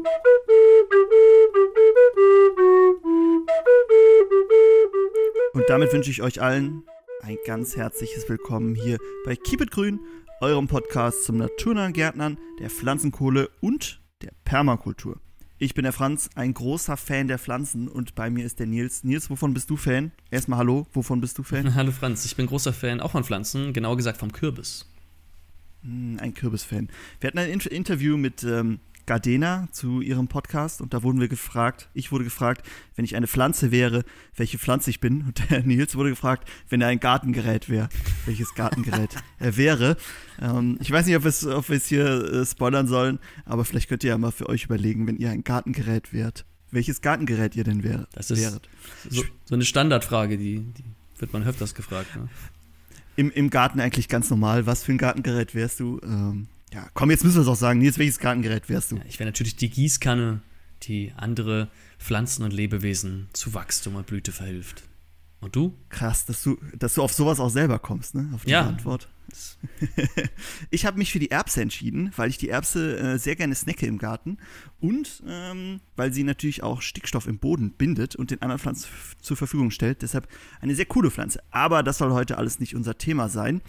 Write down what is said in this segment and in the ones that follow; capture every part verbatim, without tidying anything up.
Und damit wünsche ich euch allen ein ganz herzliches Willkommen hier bei Keep It Grün, eurem Podcast zum naturnahen Gärtnern, der Pflanzenkohle und der Permakultur. Ich bin der Franz, ein großer Fan der Pflanzen und bei mir ist der Nils. Nils, wovon bist du Fan? Erstmal hallo, wovon bist du Fan? Hallo Franz, ich bin großer Fan auch von Pflanzen, genauer gesagt vom Kürbis. Ein Kürbisfan. Wir hatten ein Interview mit ähm, Gardena zu ihrem Podcast und da wurden wir gefragt, ich wurde gefragt, wenn ich eine Pflanze wäre, welche Pflanze ich bin. Und der Nils wurde gefragt, wenn er ein Gartengerät wäre, welches Gartengerät er wäre. Ähm, ich weiß nicht, ob wir es ob hier äh, spoilern sollen, aber vielleicht könnt ihr ja mal für euch überlegen, wenn ihr ein Gartengerät wärt, welches Gartengerät ihr denn wäret. Das ist wäret. So, so eine Standardfrage, die, die wird man öfters gefragt. Ne? Im, Im Garten eigentlich ganz normal. Was für ein Gartengerät wärst du? Ähm, Ja, komm, jetzt müssen wir es auch sagen. Nils, welches Gartengerät wärst du? Ja, ich wäre natürlich die Gießkanne, die andere Pflanzen und Lebewesen zu Wachstum und Blüte verhilft. Und du? Krass, dass du, dass du auf sowas auch selber kommst, ne? Auf die ja. Antwort. Ich habe mich für die Erbse entschieden, weil ich die Erbse äh, sehr gerne snacke im Garten und ähm, weil sie natürlich auch Stickstoff im Boden bindet und den anderen Pflanzen f- zur Verfügung stellt. Deshalb eine sehr coole Pflanze. Aber das soll heute alles nicht unser Thema sein.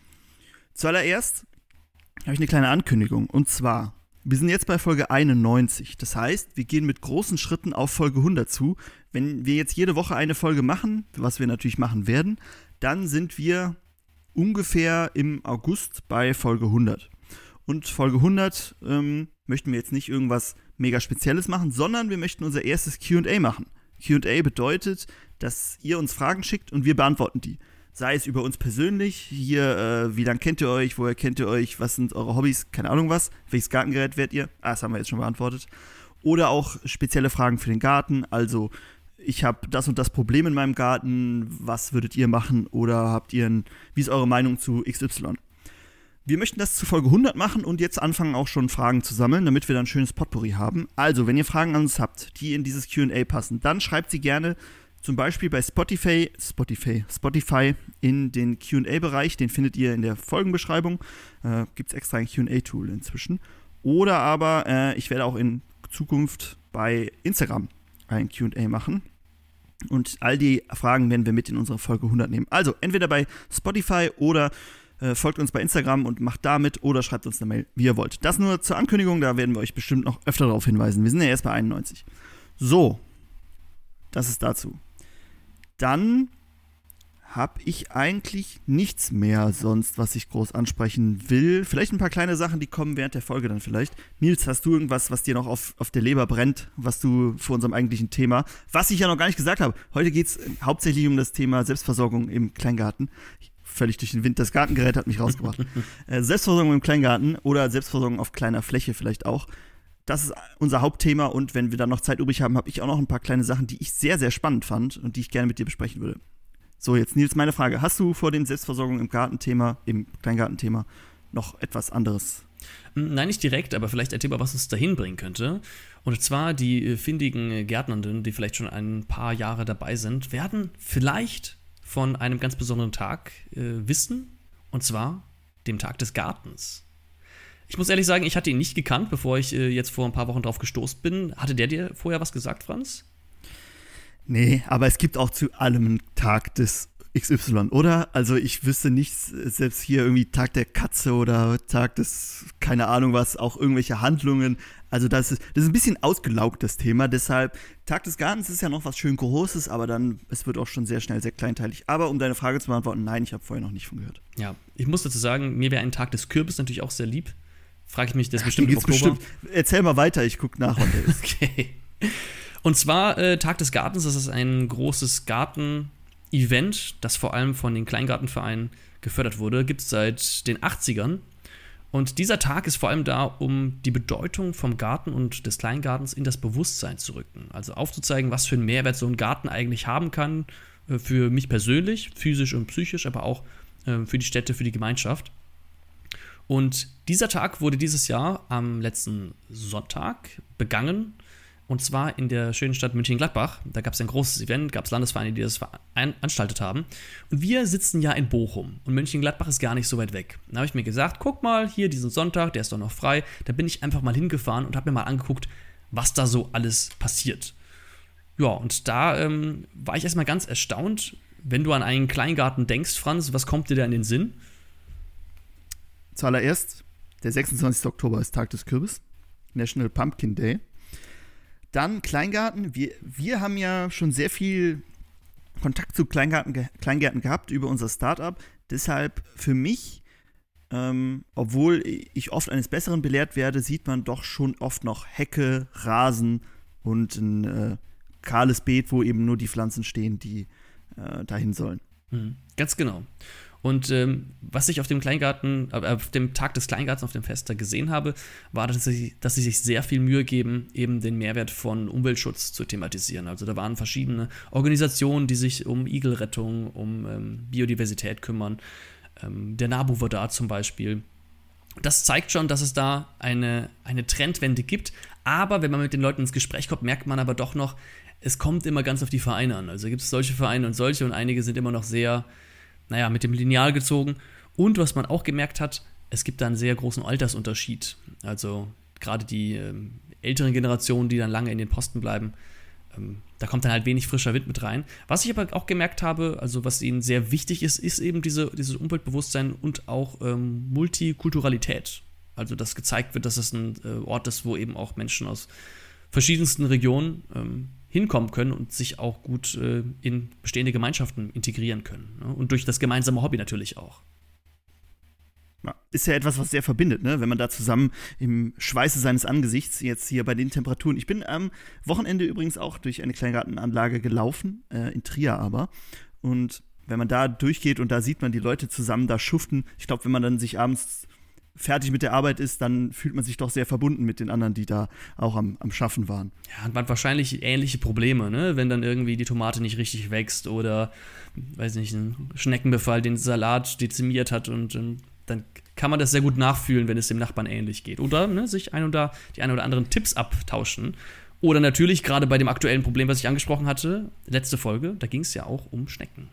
Zuallererst habe ich eine kleine Ankündigung. Und zwar, wir sind jetzt bei Folge einundneunzig. Das heißt, wir gehen mit großen Schritten auf Folge hundert zu. Wenn wir jetzt jede Woche eine Folge machen, was wir natürlich machen werden, dann sind wir ungefähr im August bei Folge hundert. Und Folge hundert ähm, möchten wir jetzt nicht irgendwas mega Spezielles machen, sondern wir möchten unser erstes Q und A machen. Q und A bedeutet, dass ihr uns Fragen schickt und wir beantworten die. Sei es über uns persönlich, hier, äh, wie lange kennt ihr euch, woher kennt ihr euch, was sind eure Hobbys, keine Ahnung was, welches Gartengerät wärt ihr? Ah, das haben wir jetzt schon beantwortet. Oder auch spezielle Fragen für den Garten, also ich habe das und das Problem in meinem Garten, was würdet ihr machen? Oder habt ihr ein, wie ist eure Meinung zu X Y? Wir möchten das zu Folge hundert machen und jetzt anfangen auch schon Fragen zu sammeln, damit wir dann ein schönes Potpourri haben. Also, wenn ihr Fragen an uns habt, die in dieses Q und A passen, dann schreibt sie gerne zum Beispiel bei Spotify, Spotify, Spotify in den Q und A-Bereich, den findet ihr in der Folgenbeschreibung. Äh, Gibt es extra ein Q und A-Tool inzwischen. Oder aber äh, ich werde auch in Zukunft bei Instagram ein Q und A machen. Und all die Fragen werden wir mit in unsere Folge hundert nehmen. Also entweder bei Spotify oder äh, folgt uns bei Instagram und macht da mit oder schreibt uns eine Mail, wie ihr wollt. Das nur zur Ankündigung, da werden wir euch bestimmt noch öfter darauf hinweisen. Wir sind ja erst bei einundneunzig. So, das ist dazu. Dann habe ich eigentlich nichts mehr sonst, was ich groß ansprechen will. Vielleicht ein paar kleine Sachen, die kommen während der Folge dann vielleicht. Nils, hast du irgendwas, was dir noch auf, auf der Leber brennt, was du vor unserem eigentlichen Thema, was ich ja noch gar nicht gesagt habe. Heute geht es hauptsächlich um das Thema Selbstversorgung im Kleingarten. Völlig durch den Wind, das Gartengerät hat mich rausgebracht. äh, Selbstversorgung im Kleingarten oder Selbstversorgung auf kleiner Fläche vielleicht auch. Das ist unser Hauptthema und wenn wir dann noch Zeit übrig haben, habe ich auch noch ein paar kleine Sachen, die ich sehr, sehr spannend fand und die ich gerne mit dir besprechen würde. So, jetzt Nils, meine Frage. Hast du vor dem Selbstversorgung im Gartenthema, im Kleingartenthema, noch etwas anderes? Nein, nicht direkt, aber vielleicht ein Thema, was uns dahin bringen könnte. Und zwar die findigen Gärtnernden, die vielleicht schon ein paar Jahre dabei sind, werden vielleicht von einem ganz besonderen Tag äh, wissen, und zwar dem Tag des Gartens. Ich muss ehrlich sagen, ich hatte ihn nicht gekannt, bevor ich äh, jetzt vor ein paar Wochen drauf gestoßen bin. Hatte der dir vorher was gesagt, Franz? Nee, aber es gibt auch zu allem einen Tag des X Y, oder? Also ich wüsste nicht, selbst hier irgendwie Tag der Katze oder Tag des, keine Ahnung was, auch irgendwelche Handlungen. Also das ist, das ist ein bisschen ausgelaugt, das Thema. Deshalb, Tag des Gartens ist ja noch was schön Großes, aber dann, es wird auch schon sehr schnell sehr kleinteilig. Aber um deine Frage zu beantworten, nein, ich habe vorher noch nicht von gehört. Ja, ich muss dazu sagen, mir wäre ein Tag des Kürbis natürlich auch sehr lieb. Frage ich mich, das ist bestimmt im im Oktober. Bestimmt. Erzähl mal weiter, ich gucke nach, wann der ist. Okay. Und zwar äh, Tag des Gartens, das ist ein großes Garten-Event, das vor allem von den Kleingartenvereinen gefördert wurde, gibt es seit den achtzigern. Und dieser Tag ist vor allem da, um die Bedeutung vom Garten und des Kleingartens in das Bewusstsein zu rücken. Also aufzuzeigen, was für einen Mehrwert so ein Garten eigentlich haben kann, äh, für mich persönlich, physisch und psychisch, aber auch äh, für die Städte, für die Gemeinschaft. Und dieser Tag wurde dieses Jahr am letzten Sonntag begangen, und zwar in der schönen Stadt Mönchengladbach. Da gab es ein großes Event, gab es Landesvereine, die das veranstaltet haben. Und wir sitzen ja in Bochum und Mönchengladbach ist gar nicht so weit weg. Da habe ich mir gesagt, guck mal, hier diesen Sonntag, der ist doch noch frei. Da bin ich einfach mal hingefahren und habe mir mal angeguckt, was da so alles passiert. Ja, und da ähm, war ich erstmal ganz erstaunt, wenn du an einen Kleingarten denkst, Franz, was kommt dir da in den Sinn? Zuallererst, der sechsundzwanzigster Oktober ist Tag des Kürbis, National Pumpkin Day. Dann Kleingarten. Wir, wir haben ja schon sehr viel Kontakt zu Kleingarten, Kleingärten gehabt über unser Startup. Deshalb für mich, ähm, obwohl ich oft eines Besseren belehrt werde, sieht man doch schon oft noch Hecke, Rasen und ein äh, kahles Beet, wo eben nur die Pflanzen stehen, die äh, dahin sollen. Mhm. Ganz genau. Und ähm, was ich auf dem Kleingarten, äh, auf dem Tag des Kleingartens, auf dem Fest da gesehen habe, war, dass sie, dass sie sich sehr viel Mühe geben, eben den Mehrwert von Umweltschutz zu thematisieren. Also da waren verschiedene Organisationen, die sich um Igelrettung, um ähm, Biodiversität kümmern. Ähm, der NABU war da zum Beispiel. Das zeigt schon, dass es da eine, eine Trendwende gibt. Aber wenn man mit den Leuten ins Gespräch kommt, merkt man aber doch noch, es kommt immer ganz auf die Vereine an. Also gibt es solche Vereine und solche und einige sind immer noch sehr, naja, mit dem Lineal gezogen. Und was man auch gemerkt hat, es gibt da einen sehr großen Altersunterschied. Also gerade die ähm, älteren Generationen, die dann lange in den Posten bleiben, ähm, da kommt dann halt wenig frischer Wind mit rein. Was ich aber auch gemerkt habe, also was ihnen sehr wichtig ist, ist eben diese, dieses Umweltbewusstsein und auch ähm, Multikulturalität. Also dass gezeigt wird, dass es ein äh, Ort ist, wo eben auch Menschen aus verschiedensten Regionen ähm, hinkommen können und sich auch gut äh, in bestehende Gemeinschaften integrieren können. Ne? Und durch das gemeinsame Hobby natürlich auch. Ja, ist ja etwas, was sehr verbindet, ne? Wenn man da zusammen im Schweiße seines Angesichts, jetzt hier bei den Temperaturen. Ich bin am Wochenende übrigens auch durch eine Kleingartenanlage gelaufen, äh, in Trier aber. Und wenn man da durchgeht und da sieht man die Leute zusammen da schuften, ich glaube, wenn man dann sich abends fertig mit der Arbeit ist, dann fühlt man sich doch sehr verbunden mit den anderen, die da auch am, am Schaffen waren. Ja, und man hat wahrscheinlich ähnliche Probleme, ne? Wenn dann irgendwie die Tomate nicht richtig wächst oder, weiß nicht, ein Schneckenbefall den Salat dezimiert hat und ähm, dann kann man das sehr gut nachfühlen, wenn es dem Nachbarn ähnlich geht. Oder ne, sich ein oder die ein oder anderen Tipps abtauschen. Oder natürlich gerade bei dem aktuellen Problem, was ich angesprochen hatte, letzte Folge, da ging es ja auch um Schnecken.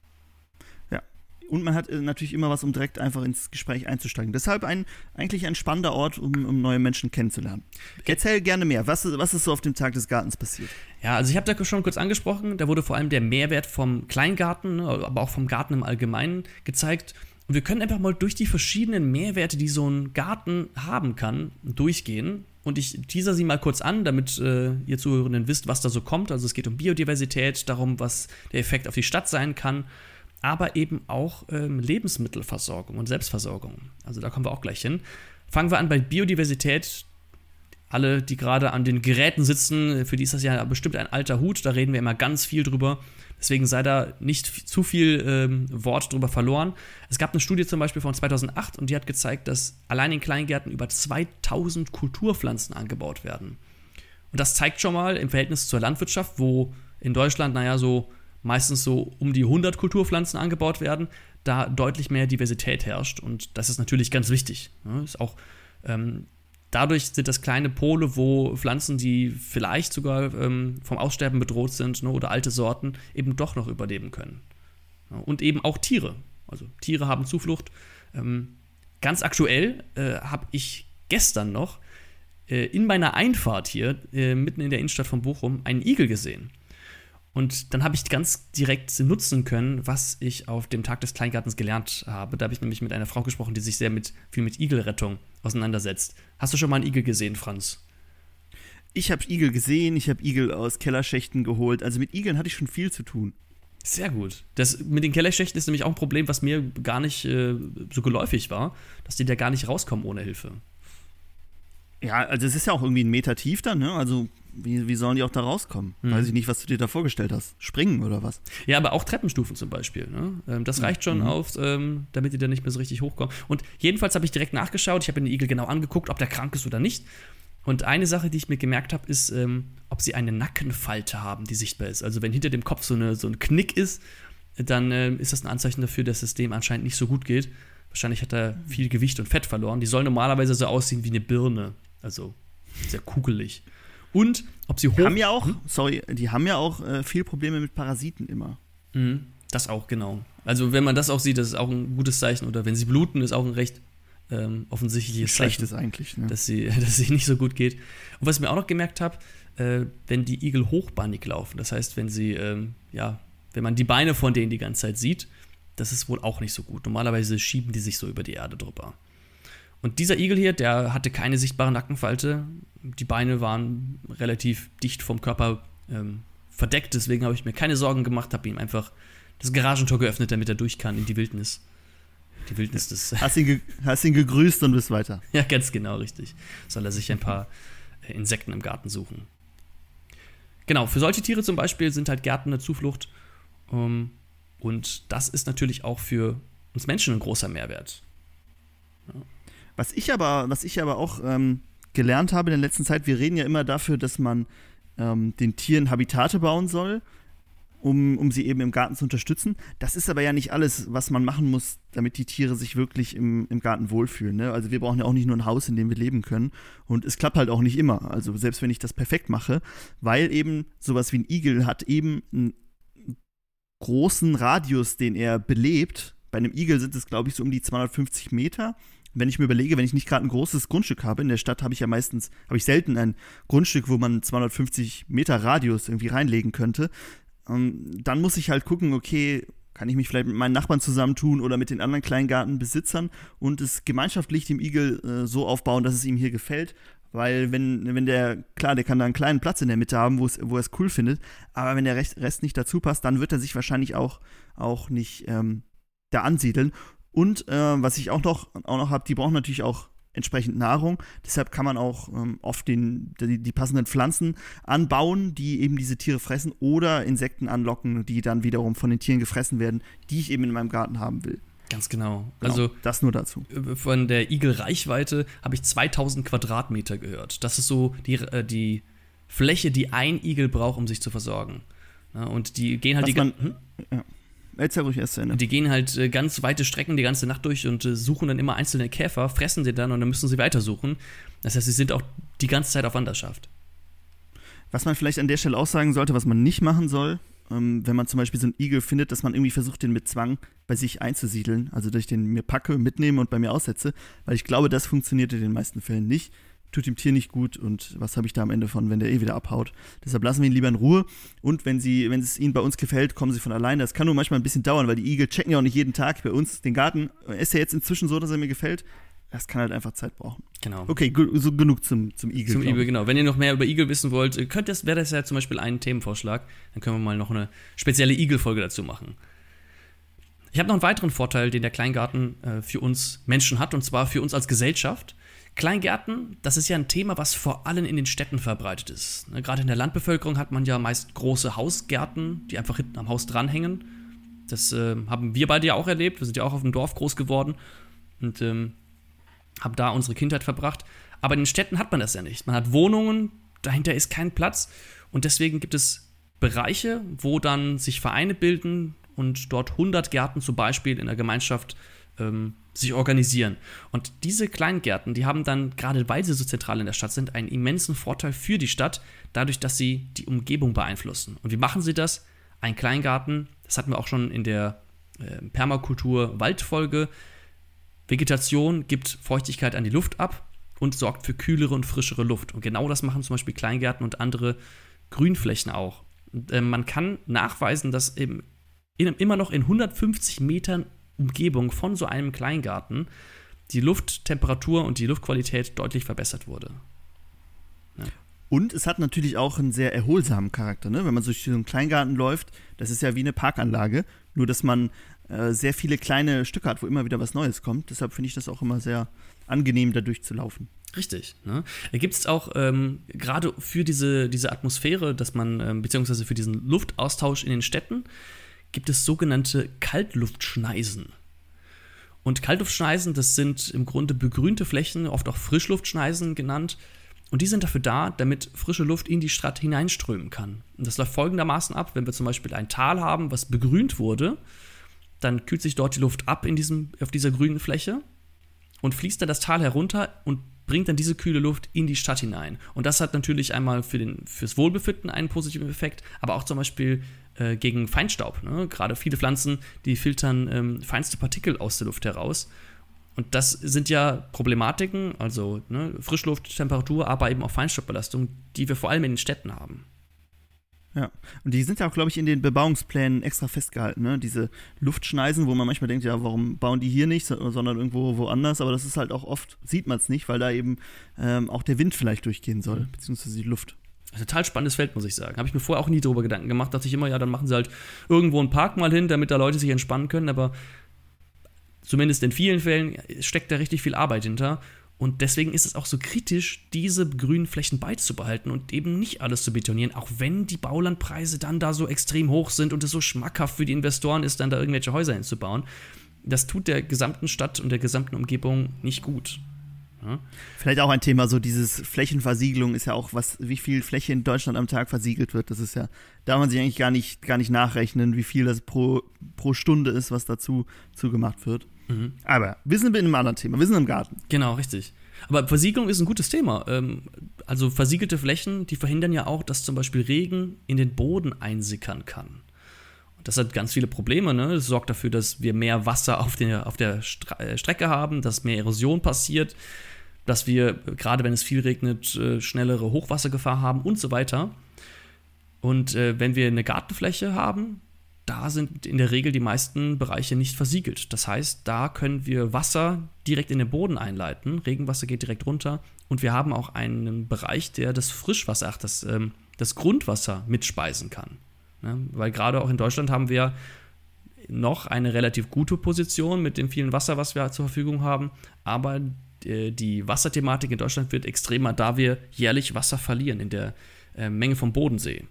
Und man hat äh, natürlich immer was, um direkt einfach ins Gespräch einzusteigen. Deshalb ein, eigentlich ein spannender Ort, um, um neue Menschen kennenzulernen. Erzähl gerne mehr. Was, was ist so auf dem Tag des Gartens passiert? Ja, also ich habe da schon kurz angesprochen, da wurde vor allem der Mehrwert vom Kleingarten, aber auch vom Garten im Allgemeinen gezeigt. Und wir können einfach mal durch die verschiedenen Mehrwerte, die so ein Garten haben kann, durchgehen. Und ich teaser sie mal kurz an, damit äh, ihr Zuhörenden wisst, was da so kommt. Also es geht um Biodiversität, darum, was der Effekt auf die Stadt sein kann, aber eben auch ähm, Lebensmittelversorgung und Selbstversorgung. Also da kommen wir auch gleich hin. Fangen wir an bei Biodiversität. Alle, die gerade an den Geräten sitzen, für die ist das ja bestimmt ein alter Hut, da reden wir immer ganz viel drüber. Deswegen sei da nicht zu viel ähm, Wort drüber verloren. Es gab eine Studie zum Beispiel von zweitausendacht und die hat gezeigt, dass allein in Kleingärten über zweitausend Kulturpflanzen angebaut werden. Und das zeigt schon mal im Verhältnis zur Landwirtschaft, wo in Deutschland, naja, so meistens so um die hundert Kulturpflanzen angebaut werden, da deutlich mehr Diversität herrscht. Und das ist natürlich ganz wichtig. Ja, ist auch, ähm, dadurch sind das kleine Pole, wo Pflanzen, die vielleicht sogar ähm, vom Aussterben bedroht sind, ne, oder alte Sorten, eben doch noch überleben können. Ja, und eben auch Tiere. Also Tiere haben Zuflucht. Ähm, ganz aktuell äh, habe ich gestern noch äh, in meiner Einfahrt hier, äh, mitten in der Innenstadt von Bochum, einen Igel gesehen. Und dann habe ich ganz direkt nutzen können, was ich auf dem Tag des Kleingartens gelernt habe. Da habe ich nämlich mit einer Frau gesprochen, die sich sehr mit, viel mit Igelrettung auseinandersetzt. Hast du schon mal einen Igel gesehen, Franz? Ich habe Igel gesehen, ich habe Igel aus Kellerschächten geholt. Also mit Igeln hatte ich schon viel zu tun. Sehr gut. Das mit den Kellerschächten ist nämlich auch ein Problem, was mir gar nicht äh, so geläufig war, dass die da gar nicht rauskommen ohne Hilfe. Ja, also es ist ja auch irgendwie ein Meter tief dann, ne? Also wie, wie sollen die auch da rauskommen? Mhm. Weiß ich nicht, was du dir da vorgestellt hast. Springen oder was? Ja, aber auch Treppenstufen zum Beispiel. Ne? Das reicht schon mhm. auf, ähm, damit die da nicht mehr so richtig hochkommen. Und jedenfalls habe ich direkt nachgeschaut. Ich habe den Igel genau angeguckt, ob der krank ist oder nicht. Und eine Sache, die ich mir gemerkt habe, ist, ähm, ob sie eine Nackenfalte haben, die sichtbar ist. Also wenn hinter dem Kopf so, eine, so ein Knick ist, dann äh, ist das ein Anzeichen dafür, dass es dem anscheinend nicht so gut geht. Wahrscheinlich hat er viel Gewicht und Fett verloren. Die soll normalerweise so aussehen wie eine Birne. Also sehr kugelig. Und ob sie hoch... Die haben ja auch, hm? sorry, die haben ja auch äh, viel Probleme mit Parasiten immer. Mhm, das auch, genau. Also wenn man das auch sieht, das ist auch ein gutes Zeichen. Oder wenn sie bluten, ist auch ein recht ähm, offensichtliches Schlechtes eigentlich, ne? dass sie, dass sie nicht so gut geht. Und was ich mir auch noch gemerkt habe, äh, wenn die Igel hochbeinig laufen, das heißt, wenn sie, ähm, ja, wenn man die Beine von denen die ganze Zeit sieht, das ist wohl auch nicht so gut. Normalerweise schieben die sich so über die Erde drüber. Und dieser Igel hier, der hatte keine sichtbare Nackenfalte. Die Beine waren relativ dicht vom Körper ähm, verdeckt, deswegen habe ich mir keine Sorgen gemacht, habe ihm einfach das Garagentor geöffnet, damit er durch kann in die Wildnis. Die Wildnis des... Hast ihn, ge- hast ihn gegrüßt und bist weiter. Ja, ganz genau, richtig. Soll er sich ein paar äh, Insekten im Garten suchen. Genau, für solche Tiere zum Beispiel sind halt Gärten eine Zuflucht. Um, und das ist natürlich auch für uns Menschen ein großer Mehrwert. Ja. Was ich aber, was ich aber auch ähm, gelernt habe in der letzten Zeit, wir reden ja immer dafür, dass man ähm, den Tieren Habitate bauen soll, um, um sie eben im Garten zu unterstützen. Das ist aber ja nicht alles, was man machen muss, damit die Tiere sich wirklich im, im Garten wohlfühlen. Ne? Also wir brauchen ja auch nicht nur ein Haus, in dem wir leben können. Und es klappt halt auch nicht immer. Also selbst wenn ich das perfekt mache, weil eben sowas wie ein Igel hat eben einen großen Radius, den er belebt. Bei einem Igel sind es, glaube ich, so um die zweihundertfünfzig Meter. Wenn ich mir überlege, wenn ich nicht gerade ein großes Grundstück habe, in der Stadt habe ich ja meistens, habe ich selten ein Grundstück, wo man zweihundertfünfzig Meter Radius irgendwie reinlegen könnte. Ähm, dann muss ich halt gucken, okay, kann ich mich vielleicht mit meinen Nachbarn zusammentun oder mit den anderen Kleingartenbesitzern und es gemeinschaftlich dem Igel äh, so aufbauen, dass es ihm hier gefällt. Weil wenn, wenn der, klar, der kann da einen kleinen Platz in der Mitte haben, wo es, wo er es cool findet, aber wenn der Rest nicht dazu passt, dann wird er sich wahrscheinlich auch, auch nicht ähm, da ansiedeln. Und äh, was ich auch noch, auch noch habe, die brauchen natürlich auch entsprechend Nahrung. Deshalb kann man auch ähm, oft den, die, die passenden Pflanzen anbauen, die eben diese Tiere fressen oder Insekten anlocken, die dann wiederum von den Tieren gefressen werden, die ich eben in meinem Garten haben will. Ganz genau. Genau, also das nur dazu. Von der Igelreichweite habe ich zweitausend Quadratmeter gehört. Das ist so die, äh, die Fläche, die ein Igel braucht, um sich zu versorgen. Ja, und die gehen halt Was die man, hm? ja. Erzähl ruhig erst zu Ende. Die gehen halt äh, ganz weite Strecken die ganze Nacht durch und äh, suchen dann immer einzelne Käfer, fressen sie dann und dann müssen sie weitersuchen. Das heißt, sie sind auch die ganze Zeit auf Wanderschaft. Was man vielleicht an der Stelle auch sagen sollte, was man nicht machen soll, ähm, wenn man zum Beispiel so einen Igel findet, dass man irgendwie versucht, den mit Zwang bei sich einzusiedeln. Also, dass ich den mir packe, mitnehme und bei mir aussetze. Weil ich glaube, das funktioniert in den meisten Fällen nicht. Tut dem Tier nicht gut und was habe ich da am Ende von, wenn der eh wieder abhaut. Deshalb lassen wir ihn lieber in Ruhe und wenn sie, wenn es ihnen bei uns gefällt, kommen sie von alleine. Das kann nur manchmal ein bisschen dauern, weil die Igel checken ja auch nicht jeden Tag bei uns den Garten. Ist ja jetzt inzwischen so, dass er mir gefällt. Das kann halt einfach Zeit brauchen. Genau. Okay, gu- so genug zum, zum Igel. Zum Igel, genau. Wenn ihr noch mehr über Igel wissen wollt, könnt das, wäre das ja zum Beispiel ein Themenvorschlag. Dann können wir mal noch eine spezielle Igel-Folge dazu machen. Ich habe noch einen weiteren Vorteil, den der Kleingarten äh, für uns Menschen hat, und zwar für uns als Gesellschaft. Kleingärten, das ist ja ein Thema, was vor allem in den Städten verbreitet ist. Ne, gerade in der Landbevölkerung hat man ja meist große Hausgärten, die einfach hinten am Haus dranhängen. Das äh, haben wir beide ja auch erlebt. Wir sind ja auch auf dem Dorf groß geworden und ähm, haben da unsere Kindheit verbracht. Aber in den Städten hat man das ja nicht. Man hat Wohnungen, dahinter ist kein Platz. Und deswegen gibt es Bereiche, wo dann sich Vereine bilden und dort hundert Gärten zum Beispiel in der Gemeinschaft ähm, sich organisieren. Und diese Kleingärten, die haben dann, gerade weil sie so zentral in der Stadt sind, einen immensen Vorteil für die Stadt, dadurch, dass sie die Umgebung beeinflussen. Und wie machen sie das? Ein Kleingarten, das hatten wir auch schon in der äh, Permakultur-Waldfolge. Vegetation gibt Feuchtigkeit an die Luft ab und sorgt für kühlere und frischere Luft. Und genau das machen zum Beispiel Kleingärten und andere Grünflächen auch. Und, äh, man kann nachweisen, dass eben in, immer noch in hundertfünfzig Metern Umgebung von so einem Kleingarten die Lufttemperatur und die Luftqualität deutlich verbessert wurde. Ja. Und es hat natürlich auch einen sehr erholsamen Charakter, ne? Wenn man durch so einen Kleingarten läuft, das ist ja wie eine Parkanlage, nur dass man äh, sehr viele kleine Stücke hat, wo immer wieder was Neues kommt. Deshalb finde ich das auch immer sehr angenehm, da durchzulaufen. Richtig. Ne? Da gibt es auch ähm, gerade für diese, diese Atmosphäre, dass man, ähm, beziehungsweise für diesen Luftaustausch in den Städten, gibt es sogenannte Kaltluftschneisen. Und Kaltluftschneisen, das sind im Grunde begrünte Flächen, oft auch Frischluftschneisen genannt. Und die sind dafür da, damit frische Luft in die Stadt hineinströmen kann. Und das läuft folgendermaßen ab, wenn wir zum Beispiel ein Tal haben, was begrünt wurde, dann kühlt sich dort die Luft ab in diesem, auf dieser grünen Fläche und fließt dann das Tal herunter und bringt dann diese kühle Luft in die Stadt hinein. Und das hat natürlich einmal für den, fürs Wohlbefinden einen positiven Effekt, aber auch zum Beispiel äh, gegen Feinstaub. Ne? Gerade viele Pflanzen, die filtern ähm, feinste Partikel aus der Luft heraus. Und das sind ja Problematiken, also ne, Frischluft, Temperatur, aber eben auch Feinstaubbelastung, die wir vor allem in den Städten haben. Ja, und die sind ja auch, glaube ich, in den Bebauungsplänen extra festgehalten, ne? Diese Luftschneisen, wo man manchmal denkt, ja, warum bauen die hier nicht, sondern irgendwo woanders, aber das ist halt auch oft, sieht man es nicht, weil da eben ähm, auch der Wind vielleicht durchgehen soll, mhm. beziehungsweise die Luft. Ein total spannendes Feld, muss ich sagen. Habe ich mir vorher auch nie darüber Gedanken gemacht, dachte ich immer, ja, dann machen sie halt irgendwo einen Park mal hin, damit da Leute sich entspannen können, aber zumindest in vielen Fällen steckt da richtig viel Arbeit hinter. Und deswegen ist es auch so kritisch, diese grünen Flächen beizubehalten und eben nicht alles zu betonieren, auch wenn die Baulandpreise dann da so extrem hoch sind und es so schmackhaft für die Investoren ist, dann da irgendwelche Häuser hinzubauen. Das tut der gesamten Stadt und der gesamten Umgebung nicht gut. Ja? Vielleicht auch ein Thema, so dieses Flächenversiegelung ist ja auch was, wie viel Fläche in Deutschland am Tag versiegelt wird. Das ist ja, darf man sich eigentlich gar nicht, gar nicht nachrechnen, wie viel das pro, pro Stunde ist, was dazu zugemacht wird. Mhm. Aber wir sind in einem anderen Thema, wir sind im Garten. Genau, richtig. Aber Versiegelung ist ein gutes Thema. Also versiegelte Flächen, die verhindern ja auch, dass zum Beispiel Regen in den Boden einsickern kann. Und das hat ganz viele Probleme. Ne? Das sorgt dafür, dass wir mehr Wasser auf der, auf der Stre- Strecke haben, dass mehr Erosion passiert, dass wir, gerade wenn es viel regnet, schnellere Hochwassergefahr haben und so weiter. Und wenn wir eine Gartenfläche haben, da sind in der Regel die meisten Bereiche nicht versiegelt. Das heißt, da können wir Wasser direkt in den Boden einleiten. Regenwasser geht direkt runter. Und wir haben auch einen Bereich, der das Frischwasser, ach, das, ähm, das Grundwasser mitspeisen kann. Ne? Weil gerade auch in Deutschland haben wir noch eine relativ gute Position mit dem vielen Wasser, was wir zur Verfügung haben. Aber äh, die Wasserthematik in Deutschland wird extremer, da wir jährlich Wasser verlieren in der äh, Menge vom Bodensee.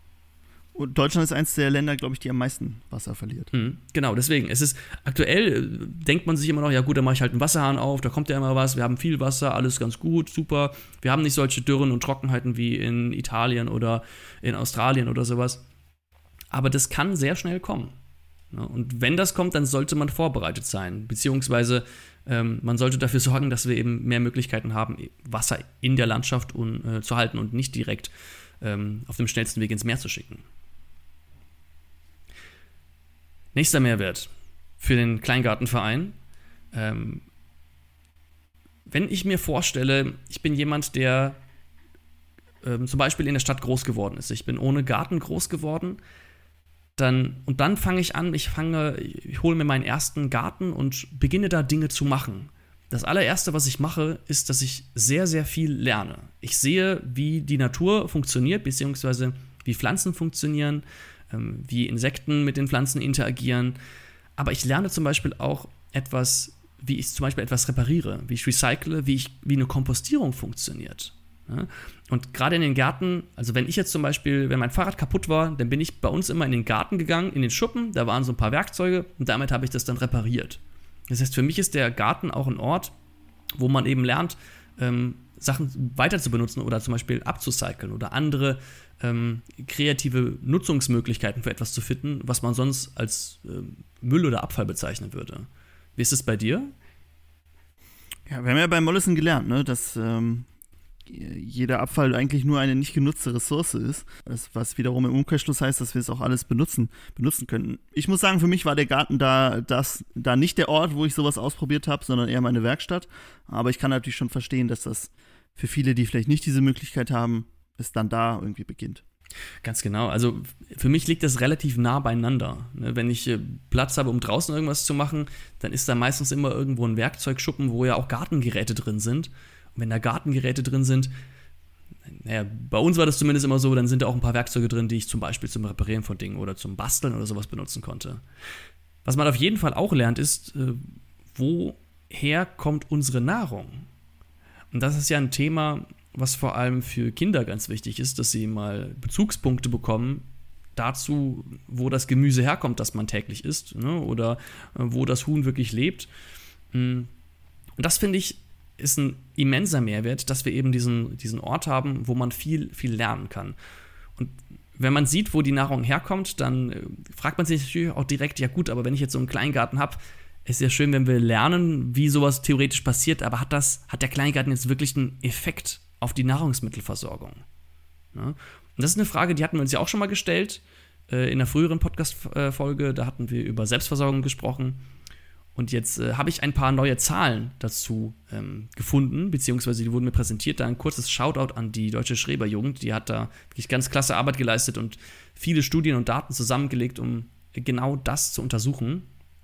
Und Deutschland ist eins der Länder, glaube ich, die am meisten Wasser verliert. Mhm, genau, deswegen. Es ist aktuell, äh, denkt man sich immer noch, ja gut, dann mache ich halt einen Wasserhahn auf, da kommt ja immer was, wir haben viel Wasser, alles ganz gut, super. Wir haben nicht solche Dürren und Trockenheiten wie in Italien oder in Australien oder sowas. Aber das kann sehr schnell kommen. Ja, und wenn das kommt, dann sollte man vorbereitet sein. Beziehungsweise ähm, man sollte dafür sorgen, dass wir eben mehr Möglichkeiten haben, Wasser in der Landschaft un, äh, zu halten und nicht direkt ähm, auf dem schnellsten Weg ins Meer zu schicken. Nächster Mehrwert für den Kleingartenverein. Ähm, wenn ich mir vorstelle, ich bin jemand, der ähm, zum Beispiel in der Stadt groß geworden ist. Ich bin ohne Garten groß geworden. Dann, und dann fange ich an, ich fange, ich hole mir meinen ersten Garten und beginne da Dinge zu machen. Das allererste, was ich mache, ist, dass ich sehr, sehr viel lerne. Ich sehe, wie die Natur funktioniert, beziehungsweise wie Pflanzen funktionieren, wie Insekten mit den Pflanzen interagieren. Aber ich lerne zum Beispiel auch etwas, wie ich zum Beispiel etwas repariere, wie ich recycle, wie, ich, wie eine Kompostierung funktioniert. Ja? Und gerade in den Gärten, also wenn ich jetzt zum Beispiel, wenn mein Fahrrad kaputt war, dann bin ich bei uns immer in den Garten gegangen, in den Schuppen, da waren so ein paar Werkzeuge und damit habe ich das dann repariert. Das heißt, für mich ist der Garten auch ein Ort, wo man eben lernt, ähm, Sachen weiter zu benutzen oder zum Beispiel abzucyceln oder andere ähm, kreative Nutzungsmöglichkeiten für etwas zu finden, was man sonst als ähm, Müll oder Abfall bezeichnen würde. Wie ist es bei dir? Ja, wir haben ja bei Mollison gelernt, ne, dass ähm, jeder Abfall eigentlich nur eine nicht genutzte Ressource ist, das, was wiederum im Umkehrschluss heißt, dass wir es auch alles benutzen, benutzen können. Ich muss sagen, für mich war der Garten da, das, da nicht der Ort, wo ich sowas ausprobiert habe, sondern eher meine Werkstatt. Aber ich kann natürlich schon verstehen, dass das für viele, die vielleicht nicht diese Möglichkeit haben, es dann da irgendwie beginnt. Ganz genau. Also für mich liegt das relativ nah beieinander. Wenn ich Platz habe, um draußen irgendwas zu machen, dann ist da meistens immer irgendwo ein Werkzeugschuppen, wo ja auch Gartengeräte drin sind. Und wenn da Gartengeräte drin sind, naja, bei uns war das zumindest immer so, dann sind da auch ein paar Werkzeuge drin, die ich zum Beispiel zum Reparieren von Dingen oder zum Basteln oder sowas benutzen konnte. Was man auf jeden Fall auch lernt, ist, woher kommt unsere Nahrung? Und das ist ja ein Thema, was vor allem für Kinder ganz wichtig ist, dass sie mal Bezugspunkte bekommen dazu, wo das Gemüse herkommt, das man täglich isst, ne? Oder äh, wo das Huhn wirklich lebt. Und das, finde ich, ist ein immenser Mehrwert, dass wir eben diesen, diesen Ort haben, wo man viel, viel lernen kann. Und wenn man sieht, wo die Nahrung herkommt, dann äh, fragt man sich natürlich auch direkt, ja gut, aber wenn ich jetzt so einen Kleingarten habe, ist ja schön, wenn wir lernen, wie sowas theoretisch passiert, aber hat, das, hat der Kleingarten jetzt wirklich einen Effekt auf die Nahrungsmittelversorgung? Ja? Und das ist eine Frage, die hatten wir uns ja auch schon mal gestellt, äh, in einer früheren Podcast-Folge, da hatten wir über Selbstversorgung gesprochen. Und jetzt äh, habe ich ein paar neue Zahlen dazu ähm, gefunden, beziehungsweise die wurden mir präsentiert. Da ein kurzes Shoutout an die Deutsche Schreber-Jugend. Die hat da wirklich ganz klasse Arbeit geleistet und viele Studien und Daten zusammengelegt, um genau das zu untersuchen.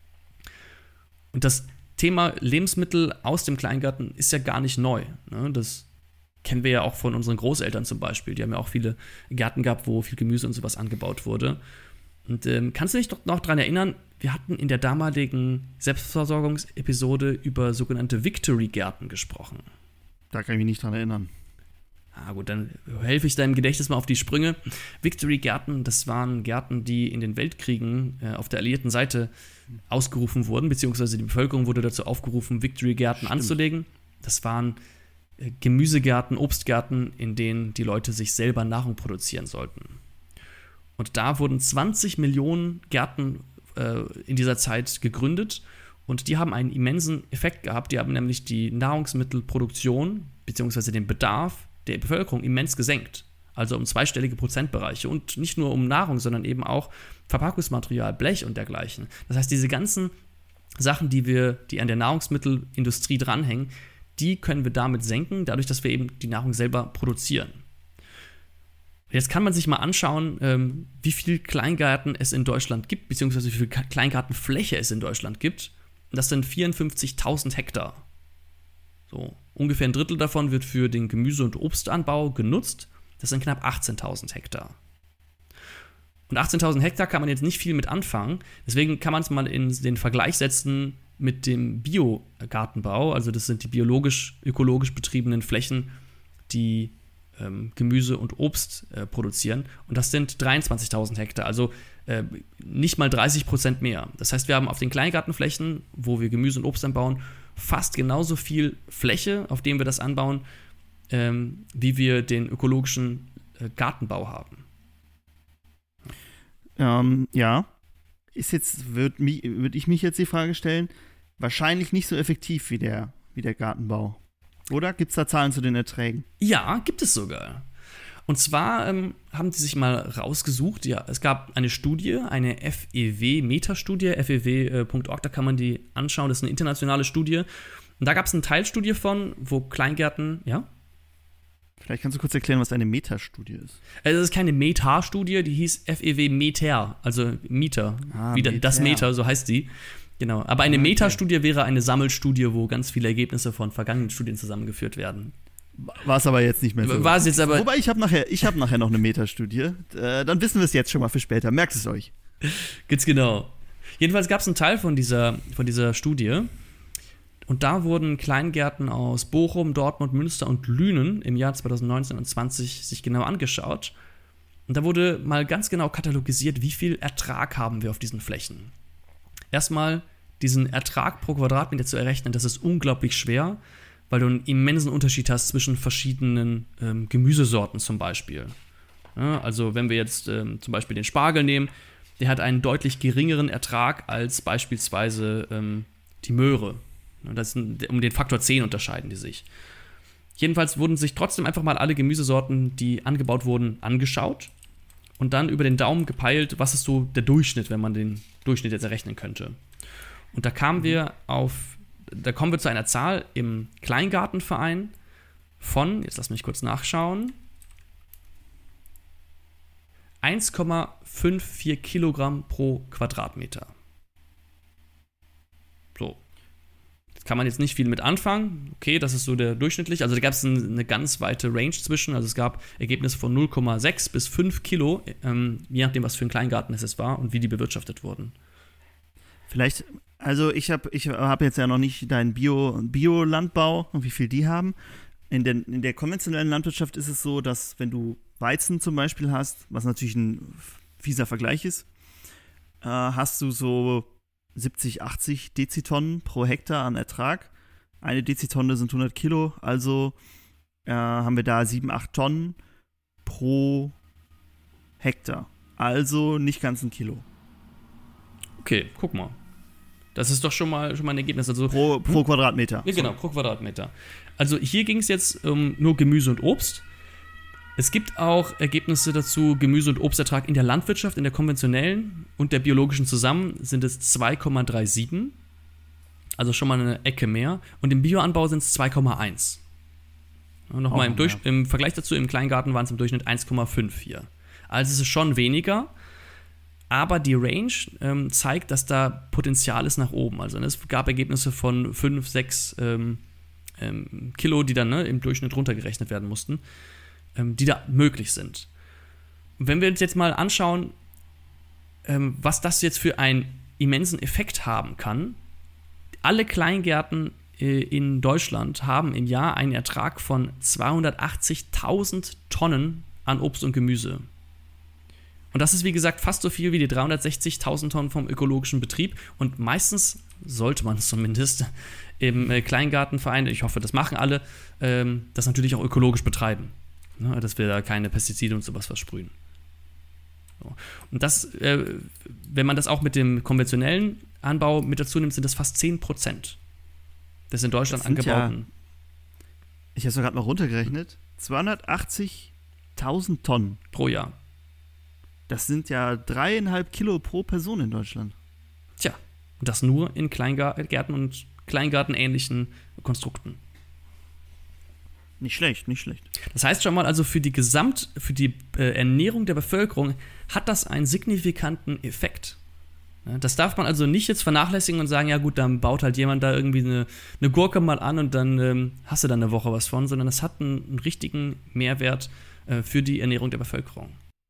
Und das Thema Lebensmittel aus dem Kleingarten ist ja gar nicht neu. Ne? Das kennen wir ja auch von unseren Großeltern zum Beispiel. Die haben ja auch viele Gärten gehabt, wo viel Gemüse und sowas angebaut wurde. Und ähm, kannst du dich doch noch daran erinnern, wir hatten in der damaligen Selbstversorgungsepisode über sogenannte Victory-Gärten gesprochen. Da kann ich mich nicht dran erinnern. Ah gut, dann helfe ich deinem Gedächtnis mal auf die Sprünge. Victory-Gärten, das waren Gärten, die in den Weltkriegen äh, auf der alliierten Seite ausgerufen wurden, beziehungsweise die Bevölkerung wurde dazu aufgerufen, Victory-Gärten anzulegen. Das waren äh, Gemüsegärten, Obstgärten, in denen die Leute sich selber Nahrung produzieren sollten. Und da wurden zwanzig Millionen Gärten äh, in dieser Zeit gegründet und die haben einen immensen Effekt gehabt. Die haben nämlich die Nahrungsmittelproduktion bzw. den Bedarf der Bevölkerung immens gesenkt. Also um zweistellige Prozentbereiche und nicht nur um Nahrung, sondern eben auch Verpackungsmaterial, Blech und dergleichen. Das heißt, diese ganzen Sachen, die wir, die an der Nahrungsmittelindustrie dranhängen, die können wir damit senken, dadurch, dass wir eben die Nahrung selber produzieren. Jetzt kann man sich mal anschauen, ähm, wie viel Kleingärten es in Deutschland gibt, beziehungsweise wie viel Kleingartenfläche es in Deutschland gibt. Und das sind vierundfünfzigtausend Hektar. So, ungefähr ein Drittel davon wird für den Gemüse- und Obstanbau genutzt. Das sind knapp achtzehntausend Hektar. Und achtzehntausend Hektar kann man jetzt nicht viel mit anfangen. Deswegen kann man es mal in den Vergleich setzen mit dem Biogartenbau. Also das sind die biologisch-ökologisch betriebenen Flächen, die ähm, Gemüse und Obst äh, produzieren. Und das sind dreiundzwanzigtausend Hektar, also äh, nicht mal dreißig Prozent mehr. Das heißt, wir haben auf den Kleingartenflächen, wo wir Gemüse und Obst anbauen, fast genauso viel Fläche, auf dem wir das anbauen, ähm, wie wir den ökologischen äh, Gartenbau haben. Ähm, ja. Ist jetzt, würde würd ich mich jetzt die Frage stellen, wahrscheinlich nicht so effektiv wie der, wie der Gartenbau. Oder? Gibt es da Zahlen zu den Erträgen? Ja, gibt es sogar. Und zwar ähm, haben sie sich mal rausgesucht, ja, es gab eine Studie, eine F E W-Metastudie, F E W punkt org, da kann man die anschauen, das ist eine internationale Studie. Und da gab es eine Teilstudie von, wo Kleingärten, ja? Vielleicht kannst du kurz erklären, was eine Metastudie ist. Also es ist keine Meta-Studie, die hieß F E W Meter, also Meter, ah, wieder Meter. das Meter, so heißt die. Genau, aber eine okay. Metastudie wäre eine Sammelstudie, wo ganz viele Ergebnisse von vergangenen Studien zusammengeführt werden. War es aber jetzt nicht mehr so. War es jetzt aber. Wobei, ich habe nachher, ich hab nachher noch eine Metastudie. Äh, dann wissen wir es jetzt schon mal für später. Merkt es euch. Ganz genau. Jedenfalls gab es einen Teil von dieser, von dieser Studie. Und da wurden Kleingärten aus Bochum, Dortmund, Münster und Lünen im Jahr zweitausendneunzehn und zwanzig sich genau angeschaut. Und da wurde mal ganz genau katalogisiert, wie viel Ertrag haben wir auf diesen Flächen. Erstmal diesen Ertrag pro Quadratmeter zu errechnen, das ist unglaublich schwer, weil du einen immensen Unterschied hast zwischen verschiedenen ähm, Gemüsesorten zum Beispiel. Ja, also wenn wir jetzt ähm, zum Beispiel den Spargel nehmen, der hat einen deutlich geringeren Ertrag als beispielsweise ähm, die Möhre. Das ist ein, um den Faktor zehn unterscheiden die sich. Jedenfalls wurden sich trotzdem einfach mal alle Gemüsesorten, die angebaut wurden, angeschaut und dann über den Daumen gepeilt, was ist so der Durchschnitt, wenn man den Durchschnitt jetzt errechnen könnte. Und da kamen wir auf, da kommen wir zu einer Zahl im Kleingartenverein von, jetzt lass mich kurz nachschauen, eins Komma vierundfünfzig Kilogramm pro Quadratmeter. So. Jetzt kann man jetzt nicht viel mit anfangen. Okay, das ist so der durchschnittlich. Also da gab es eine ganz weite Range zwischen. Also es gab Ergebnisse von null Komma sechs bis fünf Kilo, ähm, je nachdem, was für ein Kleingarten es war und wie die bewirtschaftet wurden. Vielleicht, also ich habe ich hab jetzt ja noch nicht deinen Bio, Bio-Landbau und wie viel die haben. In der, in der konventionellen Landwirtschaft ist es so, dass wenn du Weizen zum Beispiel hast, was natürlich ein fieser Vergleich ist, äh, hast du so siebzig, achtzig Dezitonnen pro Hektar an Ertrag. Eine Dezitonne sind hundert Kilo, also äh, haben wir da sieben, acht Tonnen pro Hektar. Also nicht ganz ein Kilo. Okay, guck mal. Das ist doch schon mal, schon mal ein Ergebnis. Also, pro, pro Quadratmeter. Ja, genau, pro Quadratmeter. Also hier ging es jetzt um nur Gemüse und Obst. Es gibt auch Ergebnisse dazu, Gemüse- und Obstertrag in der Landwirtschaft, in der konventionellen und der biologischen zusammen sind es zwei Komma siebenunddreißig. Also schon mal eine Ecke mehr. Und im Bioanbau sind es zwei Komma eins. Nochmal im, Durch- im Vergleich dazu, im Kleingarten waren es im Durchschnitt eins Komma fünf hier. Also es ist schon weniger, aber die Range ähm, zeigt, dass da Potenzial ist nach oben. Also es gab Ergebnisse von fünf, sechs ähm, ähm, Kilo, die dann ne, im Durchschnitt runtergerechnet werden mussten, ähm, die da möglich sind. Und wenn wir uns jetzt mal anschauen, ähm, was das jetzt für einen immensen Effekt haben kann, alle Kleingärten äh, in Deutschland haben im Jahr einen Ertrag von zweihundertachtzigtausend Tonnen an Obst und Gemüse. Und das ist, wie gesagt, fast so viel wie die dreihundertsechzigtausend Tonnen vom ökologischen Betrieb. Und meistens sollte man es zumindest im äh, Kleingartenverein, ich hoffe, das machen alle, ähm, das natürlich auch ökologisch betreiben. Ne? Dass wir da keine Pestizide und sowas versprühen. So. Und das, äh, wenn man das auch mit dem konventionellen Anbau mit dazu nimmt, sind das fast zehn Prozent des in Deutschland angebauten. Ja, ich habe es gerade mal runtergerechnet, zweihundertachtzigtausend Tonnen. Pro Jahr. Das sind ja dreieinhalb Kilo pro Person in Deutschland. Tja, und das nur in Kleingärten und Kleingartenähnlichen Konstrukten. Nicht schlecht, nicht schlecht. Das heißt schon mal, also für die Gesamt, für die äh, Ernährung der Bevölkerung hat das einen signifikanten Effekt. Ja, das darf man also nicht jetzt vernachlässigen und sagen, ja gut, dann baut halt jemand da irgendwie eine, eine Gurke mal an und dann ähm, hast du dann eine Woche was von, sondern das hat einen, einen richtigen Mehrwert äh, für die Ernährung der Bevölkerung.